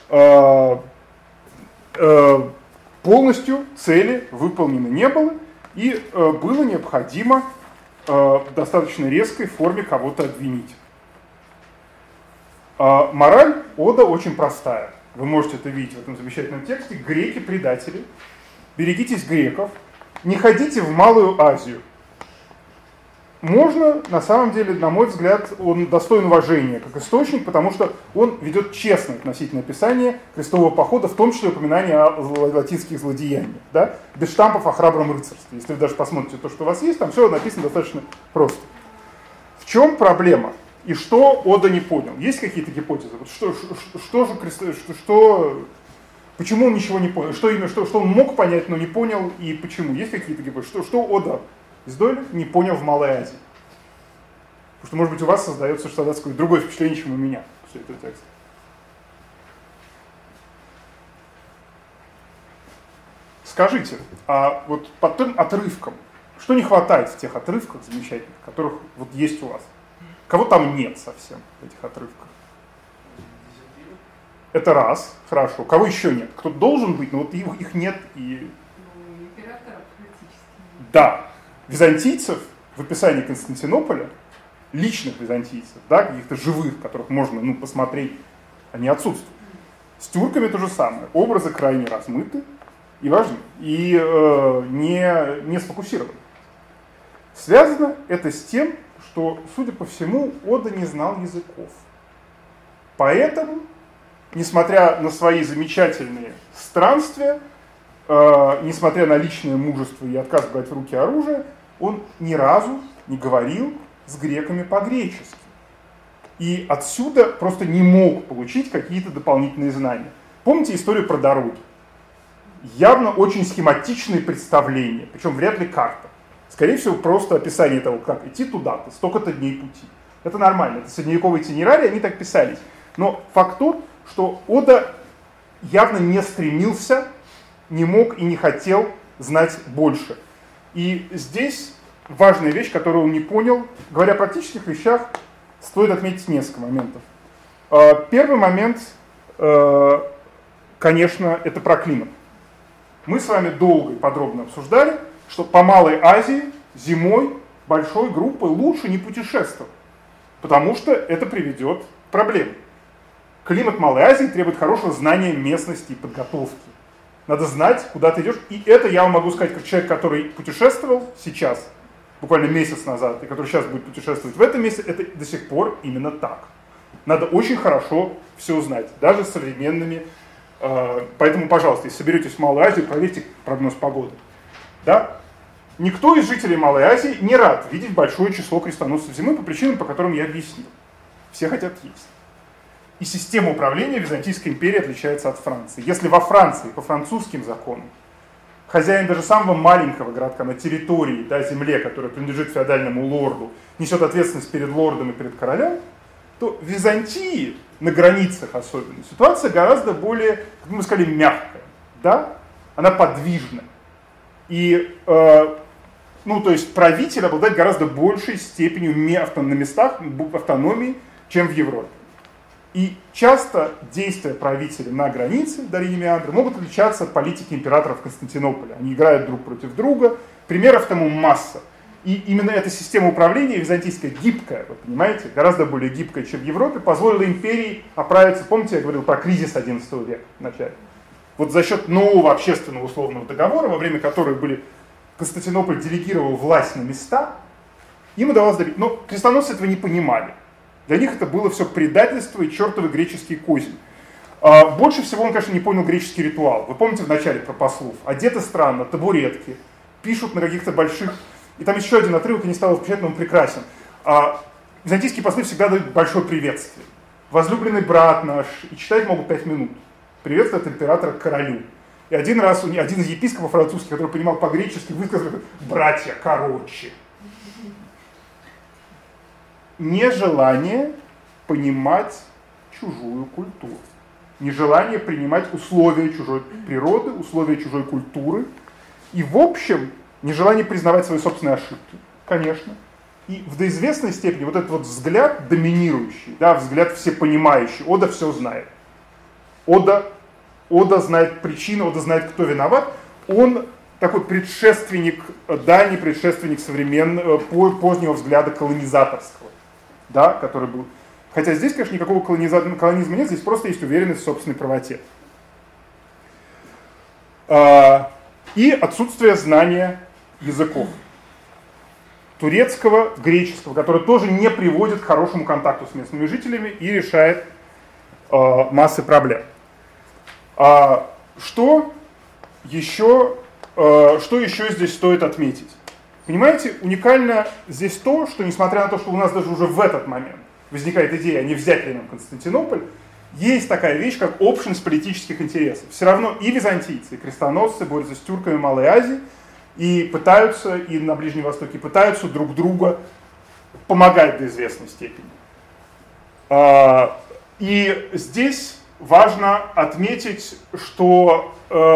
полностью цели выполнены не было, и было необходимо в достаточно резкой форме кого-то обвинить. Мораль Ода очень простая. Вы можете это видеть в этом замечательном тексте. Греки – предатели. Берегитесь греков. Не ходите в Малую Азию. Можно, на самом деле, на мой взгляд, он достоин уважения как источник, потому что он ведет честное относительное описание крестового похода, в том числе упоминание о латинских злодеяниях, да? Без штампов о храбром рыцарстве. Если вы даже посмотрите то, что у вас есть, там все написано достаточно просто. В чем проблема? И что Ода не понял? Есть какие-то гипотезы? Вот что, что, что же крест... что, что, почему он ничего не понял? Что именно, что, что он мог понять, но не понял, и почему? Есть какие-то гипотезы? Что, что Ода из Дойля не понял в Малой Азии? Потому что, может быть, у вас создается что-то какое-то другое впечатление, чем у меня после этого текста. Скажите, а вот по тем отрывкам, что не хватает в тех отрывках замечательных, которых вот есть у вас? Кого там нет совсем в этих отрывках? Это раз, хорошо. Кого еще нет? Кто должен быть, но вот их, их нет и... Ну, императоров практически. Да. Византийцев в описании Константинополя, личных византийцев, да, каких-то живых, которых можно, ну, посмотреть, они отсутствуют. С тюрками то же самое. Образы крайне размыты и важны, и э, не, не сфокусированы. Связано это с тем, что, судя по всему, Ода не знал языков. Поэтому, несмотря на свои замечательные странствия, э, несмотря на личное мужество и отказ брать в руки оружие, он ни разу не говорил с греками по-гречески. И отсюда просто не мог получить какие-то дополнительные знания. Помните историю про дороги? Явно очень схематичные представления, причем вряд ли карта. Скорее всего, просто описание того, как идти туда-то, столько-то дней пути. Это нормально, это средневековые итинерарии, они так писались. Но факт тот, что Ода явно не стремился, не мог и не хотел знать больше. И здесь важная вещь, которую он не понял. Говоря о практических вещах, стоит отметить несколько моментов. Первый момент, конечно, это про климат. Мы с вами долго и подробно обсуждали, что по Малой Азии зимой большой группой лучше не путешествовать, потому что это приведет к проблемам. Климат Малой Азии требует хорошего знания местности и подготовки. Надо знать, куда ты идешь. И это я вам могу сказать, как человек, который путешествовал сейчас, буквально месяц назад, и который сейчас будет путешествовать в этом месте, это до сих пор именно так. Надо очень хорошо все узнать, даже с современными. Поэтому, пожалуйста, если соберетесь в Малую Азию, проверьте прогноз погоды. Да? Никто из жителей Малой Азии не рад видеть большое число крестоносцев зимы по причинам, по которым я объяснил. Все хотят есть. И система управления Византийской империи отличается от Франции. Если во Франции по французским законам хозяин даже самого маленького городка на территории, да, земле, которая принадлежит феодальному лорду, несет ответственность перед лордом и перед королем, то в Византии, на границах особенно, ситуация гораздо более, как мы сказали, мягкая. Да? Она подвижная. И, э, ну, то есть правитель обладает гораздо большей степенью на местах автономии, чем в Европе. И часто действия правителя на границе долины Меандра могут отличаться от политики императоров Константинополя. Они играют друг против друга. Примеров тому масса. И именно эта система управления византийская гибкая, вы понимаете, гораздо более гибкая, чем в Европе, позволила империи оправиться. Помните, я говорил про кризис одиннадцатого века в начале? Вот за счет нового общественного условного договора, во время которого были, Константинополь делегировал власть на места, Им удавалось добить. Но крестоносцы этого не понимали. Для них это было все предательство и чертовы греческие козни. А больше всего он, конечно, не понял греческий ритуал. Вы помните в начале про послов? Одеты странно, табуретки, пишут на каких-то больших... И там еще один отрывок, я не стал его включать, но он прекрасен. А византийские послы всегда дают большое приветствие. Возлюбленный брат наш, и читать могут пять минут. Приветствие от императора к королю. И один раз один из епископов французских, который понимал по-гречески, высказал: братья, короче. Нежелание понимать чужую культуру. Нежелание принимать условия чужой природы, условия чужой культуры. И в общем, нежелание признавать свои собственные ошибки, конечно. И в доизвестной степени вот этот вот взгляд доминирующий, да, взгляд всепонимающий. Ода все знает. Ода, Ода знает причину, Ода знает, кто виноват. Он такой предшественник, да, не предшественник современного, позднего взгляда колонизаторского, да, который был. Хотя здесь, конечно, никакого колонизма нет, здесь просто есть уверенность в собственной правоте. И отсутствие знания языков. Турецкого, греческого, который тоже не приводит к хорошему контакту с местными жителями и решает э, массы проблем. А, что, еще, э, что еще здесь стоит отметить? Понимаете, уникально здесь то, что несмотря на то, что у нас даже уже в этот момент возникает идея не взять ли нам Константинополь, есть такая вещь, как общность политических интересов. Все равно и византийцы, и крестоносцы борются с тюрками Малой Азии, и пытаются, и на Ближнем Востоке пытаются друг друга помогать до известной степени. И здесь важно отметить, что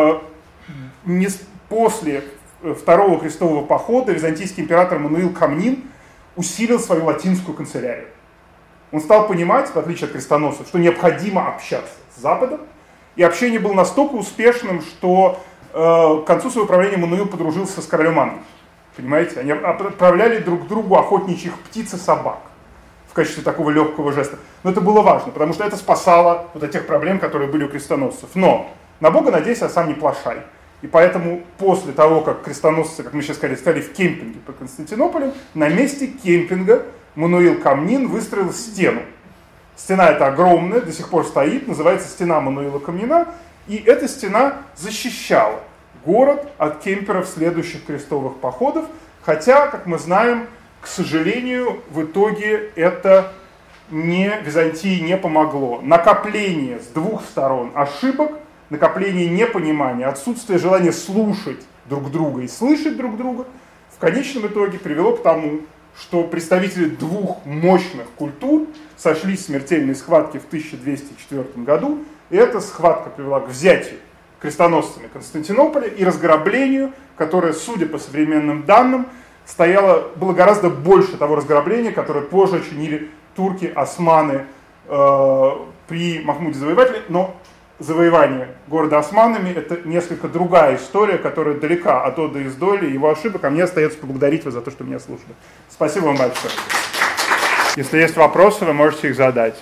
не после Второго крестового похода византийский император Мануил Камнин усилил свою латинскую канцелярию. Он стал понимать, в отличие от крестоносцев, что необходимо общаться с Западом, и общение было настолько успешным, что к концу своего правления Мануил подружился с королем Англии. Понимаете? Они отправляли друг другу охотничьих птиц и собак в качестве такого легкого жеста. Но это было важно, потому что это спасало вот от тех проблем, которые были у крестоносцев. Но на Бога надейся, а сам не плашай. И поэтому после того, как крестоносцы, как мы сейчас сказали, стали в кемпинге по Константинополю, на месте кемпинга Мануил Камнин выстроил стену. Стена эта огромная, до сих пор стоит, называется стена Мануила Камнина. И эта стена защищала город от кемперов следующих крестовых походов, хотя, как мы знаем, к сожалению, в итоге это не, Византии не помогло. Накопление с двух сторон ошибок, накопление непонимания, отсутствие желания слушать друг друга и слышать друг друга в конечном итоге привело к тому, что представители двух мощных культур сошлись в смертельной схватке в тысяча двести четвёртом году. И эта схватка привела к взятию крестоносцами Константинополя и разграблению, которое, судя по современным данным, стояло, было гораздо больше того разграбления, которое позже чинили турки, османы э, при Махмуде Завоевателе. Но завоевание города османами — это несколько другая история, которая далека от Оды из Доли и его ошибок, а мне остается поблагодарить вас за то, что меня слушали. Спасибо вам большое. Если есть вопросы, вы можете их задать.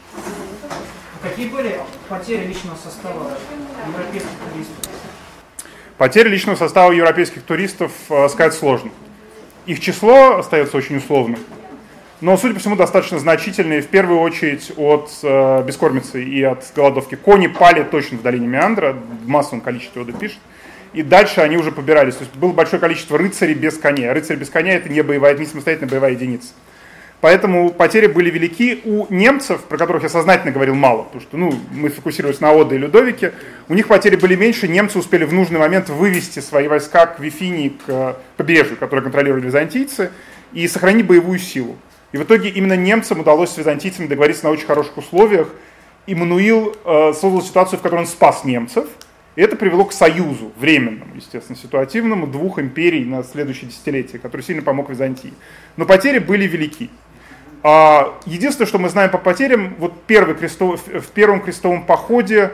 Какие были потери личного состава европейских туристов? Потери личного состава европейских туристов э, сказать сложно. Их число остается очень условным, но, судя по всему, достаточно значительное, в первую очередь от э, бескормицы и от голодовки. Кони пали точно в долине Меандра, в массовом количестве Ода пишет, и дальше они уже побирались. То есть было большое количество рыцарей без коней. А рыцарь без коня — это не боевая, не самостоятельная боевая единица. Поэтому потери были велики. У немцев, про которых я сознательно говорил мало, потому что ну, мы фокусировались на Оде и Людовике, у них потери были меньше, немцы успели в нужный момент вывести свои войска к Вифинии, к побережью, которое контролировали византийцы, и сохранить боевую силу. И в итоге именно немцам удалось с византийцами договориться на очень хороших условиях, и Мануил э, создал ситуацию, в которой он спас немцев, и это привело к союзу, временному, естественно, ситуативному, двух империй на следующее десятилетие, который сильно помог Византии. Но потери были велики. Единственное, что мы знаем по потерям, вот первый крестов, в первом крестовом походе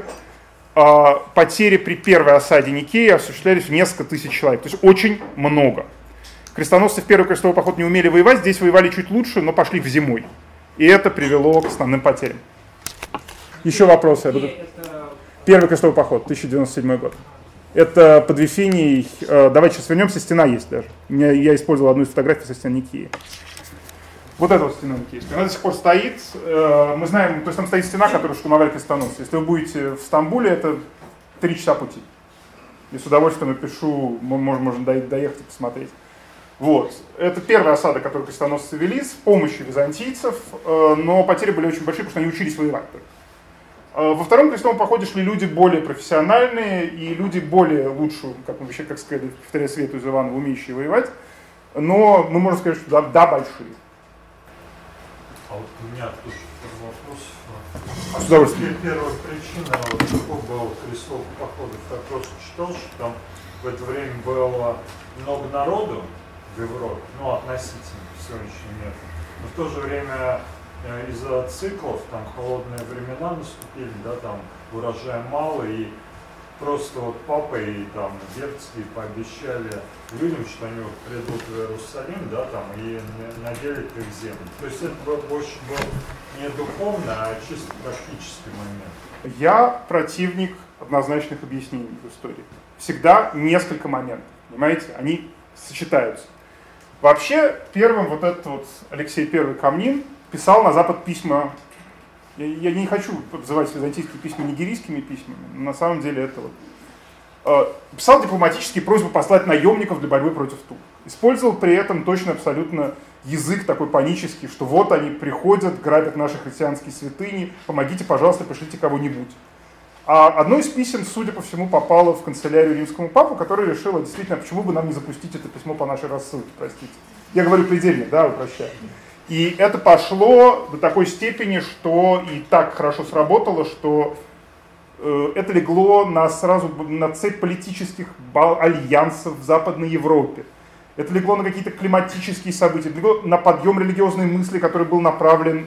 потери при первой осаде Никеи осуществлялись в несколько тысяч человек, то есть очень много. Крестоносцы в первый крестовый поход не умели воевать, здесь воевали чуть лучше, но пошли в зимой. И это привело к основным потерям. Еще вопросы? Это... Первый крестовый поход, тысяча девяносто седьмой год. Это под Вифинией, давайте сейчас вернемся, стена есть даже. Я использовал одну из фотографий со стен Никеи. Вот эта вот стена Никейская. Она до сих пор стоит. Мы знаем, то есть там стоит стена, которую штурмовали крестоносцы. Если вы будете в Стамбуле, это три часа пути. И с удовольствием напишу, можно, можно доехать и посмотреть. Вот. Это первая осада, которую крестоносцы вели с помощью византийцев, но потери были очень большие, потому что они учились воевать. Во втором крестовом походе шли люди более профессиональные и люди более лучшую, как мы вообще, как сказали, повторяя Свету из Иванова, умеющие воевать. Но мы можем сказать, что да, да большие. А вот у меня тоже вопрос. С удовольствием. Первая причина вот такого было крестовых походов, я просто читал, что там в это время было много народу в Европе, ну относительно сегодняшнего мира, но в то же время э, из-за циклов, там холодные времена наступили, да, там урожая мало, и просто вот папа и там Дербцкий пообещали людям, что они вот придут в Иерусалим, да, там, и наделят их землю. То есть это больше был не духовный, а чисто практический момент. Я противник однозначных объяснений в истории. Всегда несколько моментов, понимаете, они сочетаются. Вообще, первым вот этот вот Алексей Первый Камнин писал на Запад письма. Я, я не хочу называть византийские письма нигерийскими письмами, но на самом деле это вот. Э, писал дипломатические просьбы послать наемников для борьбы против турок. Использовал при этом точно абсолютно язык такой панический, что вот они приходят, грабят наши христианские святыни, помогите, пожалуйста, пришлите кого-нибудь. А одно из писем, судя по всему, попало в канцелярию римскому папу, который решил, действительно, почему бы нам не запустить это письмо по нашей рассылке, простите. Я говорю предельно, да, упрощаю. И это пошло до такой степени, что и так хорошо сработало, что э, это легло на сразу на цепь политических альянсов в Западной Европе. Это легло на какие-то климатические события, это легло на подъем религиозной мысли, который был направлен.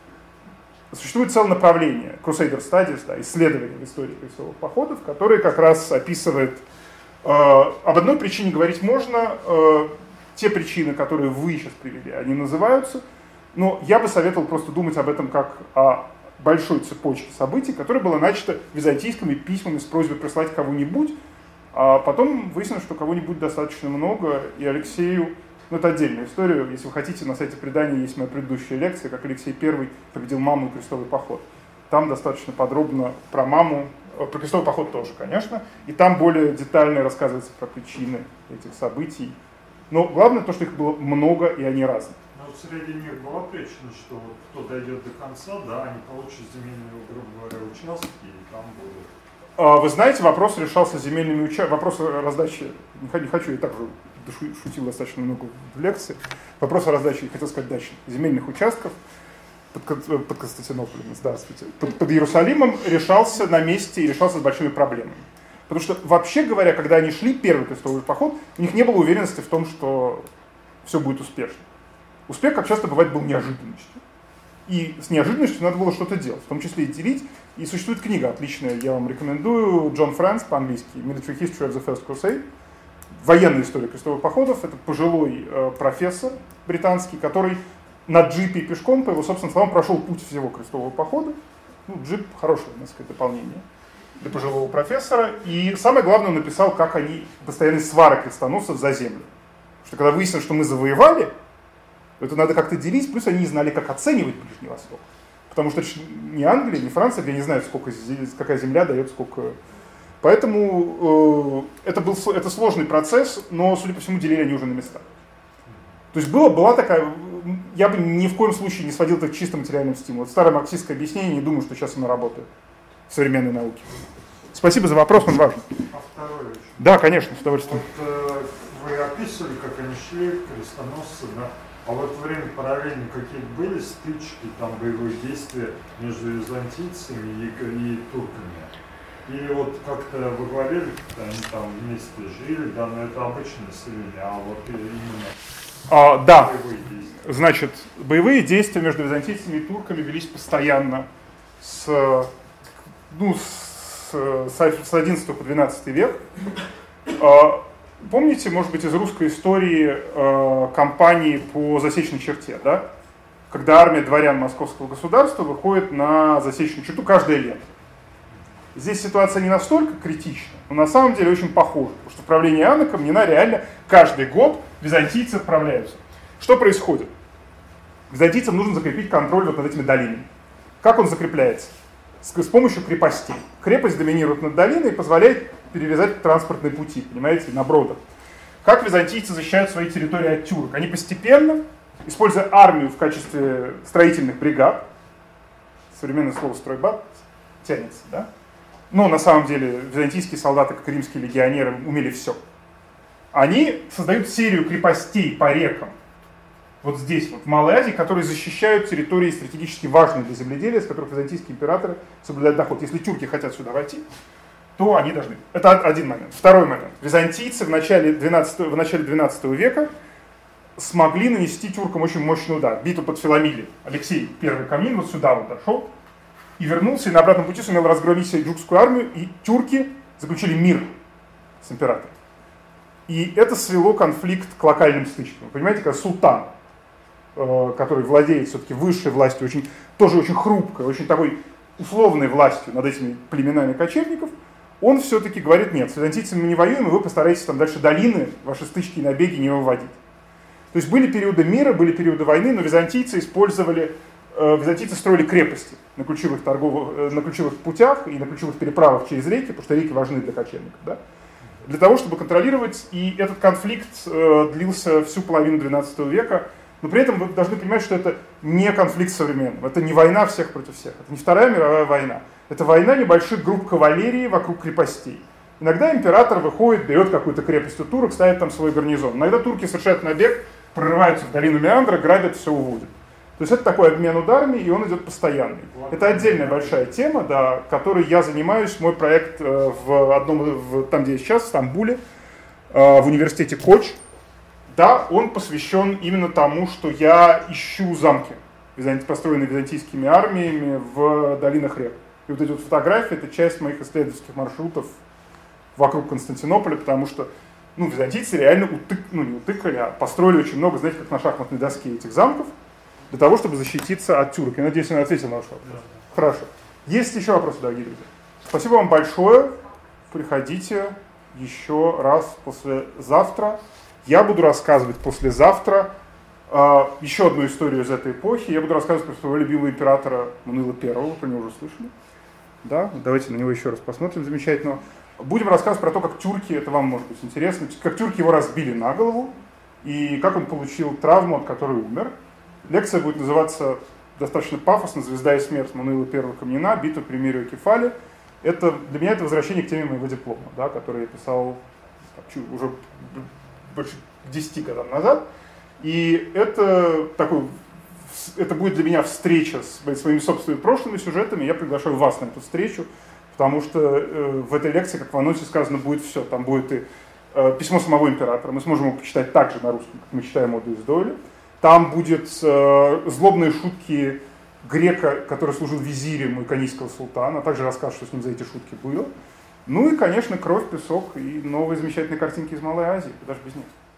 Существует целое направление, Crusader Studies, да, исследования в истории крестовых походов, которые как раз описывает, э, об одной причине говорить можно, э, те причины, которые вы сейчас привели, они называются, но я бы советовал просто думать об этом как о большой цепочке событий, которая была начата византийскими письмами с просьбой прислать кого-нибудь, а потом выяснилось, что кого-нибудь достаточно много, и Алексею, ну это отдельная история, если вы хотите, на сайте предания есть моя предыдущая лекция, как Алексей Первый победил маму и крестовый поход. Там достаточно подробно про маму, про крестовый поход тоже, конечно, и там более детально рассказывается про причины этих событий. Но главное то, что их было много и они разные. Но вот среди них была причина, что вот кто дойдет до конца, да, они получат земельные, грубо говоря, участки, и там будут. Вы знаете, вопрос решался земельными участками, вопрос раздачи, не хочу, я так же шутил достаточно много в лекции, вопрос о раздаче, хотел сказать дачи, земельных участков под, под Константинополем, здравствуйте, под, под Иерусалимом решался на месте и решался с большими проблемами. Потому что, вообще говоря, когда они шли первый крестовый поход, у них не было уверенности в том, что все будет успешно. Успех, как часто бывает, был неожиданностью. И с неожиданностью надо было что-то делать, в том числе и делить. И существует книга отличная, я вам рекомендую, Джон Фрэнс по-английски, Military History of the First Crusade, военная история крестовых походов. Это пожилой э, профессор британский, который на джипе и пешком, по его собственным словам, прошел путь всего крестового похода. Ну, джип – хорошее, так сказать, дополнение для пожилого профессора. И самое главное, он написал, как они постоянные свары крестоносцев за землю. Что когда выяснилось, что мы завоевали, то это надо как-то делить, плюс они не знали, как оценивать Ближний Восток. Потому что ни Англия, ни Франция, где не знают, сколько, какая земля дает, сколько... Поэтому э, это был это сложный процесс, но, судя по всему, делили они уже на местах. То есть была, была такая... Я бы ни в коем случае не сводил это к чисто материальным стимулам. Старое марксистское объяснение, не думаю, что сейчас оно работает в современной науке. Спасибо за вопрос, он важен. А второй еще. Да, конечно, с удовольствием. Вот э, вы описывали, как они шли, крестоносцы, да? А в это время параллельно какие-то были стычки, там боевые действия между византийцами и, и турками? Или вот как-то вы говорили, что они там вместе жили, да, но это обычное население, а вот именно а, да. боевые действия? Значит, боевые действия между византийцами и турками велись постоянно с, ну, с, с одиннадцатого по двенадцатый век. Помните, может быть, из русской истории э, кампании по засечной черте, да? Когда армия дворян Московского государства выходит на засечную черту каждое лето. Здесь ситуация не настолько критична, но на самом деле очень похожа, потому что в правлении Иоанна Камнина реально каждый год византийцы отправляются. Что происходит? Византийцам нужно закрепить контроль вот над этими долинами. Как он закрепляется? С, с помощью крепостей. Крепость доминирует над долиной и позволяет перерезать транспортные пути, понимаете, на бродах. Как византийцы защищают свои территории от тюрок? Они постепенно, используя армию в качестве строительных бригад, современное слово «стройбат» тянется, да? Но на самом деле византийские солдаты, как и римские легионеры, умели все. Они создают серию крепостей по рекам, вот здесь, вот в Малой Азии, которые защищают территории стратегически важные для земледелия, с которых византийские императоры соблюдают доход. Если тюрки хотят сюда войти, то они должны. Это один момент. Второй момент. Византийцы в начале двенадцатого, в начале двенадцатого века смогли нанести тюркам очень мощный удар. Битву под Филамилией. Алексей Первый Камнин вот сюда вот дошел и вернулся, и на обратном пути сумел разгромить сельджукскую армию, и тюрки заключили мир с императором. И это свело конфликт к локальным стычкам. Вы понимаете, когда султан, который владеет все-таки высшей властью, очень, тоже очень хрупкой, очень такой условной властью над этими племенами кочевников, он все-таки говорит: нет, с византийцами мы не воюем, и вы постараетесь там дальше долины, ваши стычки и набеги не выводить. То есть были периоды мира, были периоды войны, но византийцы использовали, э, византийцы строили крепости на ключевых, торговых, э, на ключевых путях и на ключевых переправах через реки, потому что реки важны для кочевников, да? Для того, чтобы контролировать, и этот конфликт э, длился всю половину двенадцатого века. Но при этом вы должны понимать, что это не конфликт современный, это не война всех против всех, это не Вторая мировая война. Это война небольших групп кавалерии вокруг крепостей. Иногда император выходит, берет какую-то крепость у турок, ставит там свой гарнизон. Иногда турки совершают набег, прорываются в долину Меандра, грабят, все уводят. То есть это такой обмен ударами, и он идет постоянный. Это отдельная большая тема, да, которой я занимаюсь. Мой проект э, в одном, в, там, где я сейчас, в Стамбуле, э, в университете Коч. Да, он посвящен именно тому, что я ищу замки, построенные византийскими армиями в долинах рек. И вот эти вот фотографии — это часть моих исследовательских маршрутов вокруг Константинополя, потому что ну, византийцы реально утык, ну, не утыкали, а построили очень много, знаете, как на шахматной доске этих замков, для того, чтобы защититься от тюрок. Я надеюсь, я ответил на ваш вопрос. Да. Хорошо. Есть еще вопросы, дорогие друзья? Спасибо вам большое. Приходите еще раз послезавтра. Я буду рассказывать послезавтра э, еще одну историю из этой эпохи. Я буду рассказывать про своего любимого императора Мануила Первого. Вы про него уже слышали? Да? Давайте на него еще раз посмотрим. Замечательно. Будем рассказывать про то, как тюрки, это вам может быть интересно, как тюрки его разбили на голову и как он получил травму, от которой умер. Лекция будет называться достаточно пафосно «Звезда и смерть Мануила Первого Камнина. Битва при Мире и Кефале». Это, для меня это возвращение к теме моего диплома, да, который я писал так, уже больше десяти годам назад. И это, такой, это будет для меня встреча с своими собственными прошлыми сюжетами. Я приглашаю вас на эту встречу, потому что э, в этой лекции, как в анонсе сказано, будет все. Там будет и э, письмо самого императора. Мы сможем его почитать также на русском, как мы читаем «Оду из Дойля». Там будет э, злобные шутки грека, который служил визирем иконийского султана, а также рассказ, что с ним за эти шутки было. Ну и, конечно, кровь, песок и новые замечательные картинки из Малой Азии. Даже без них.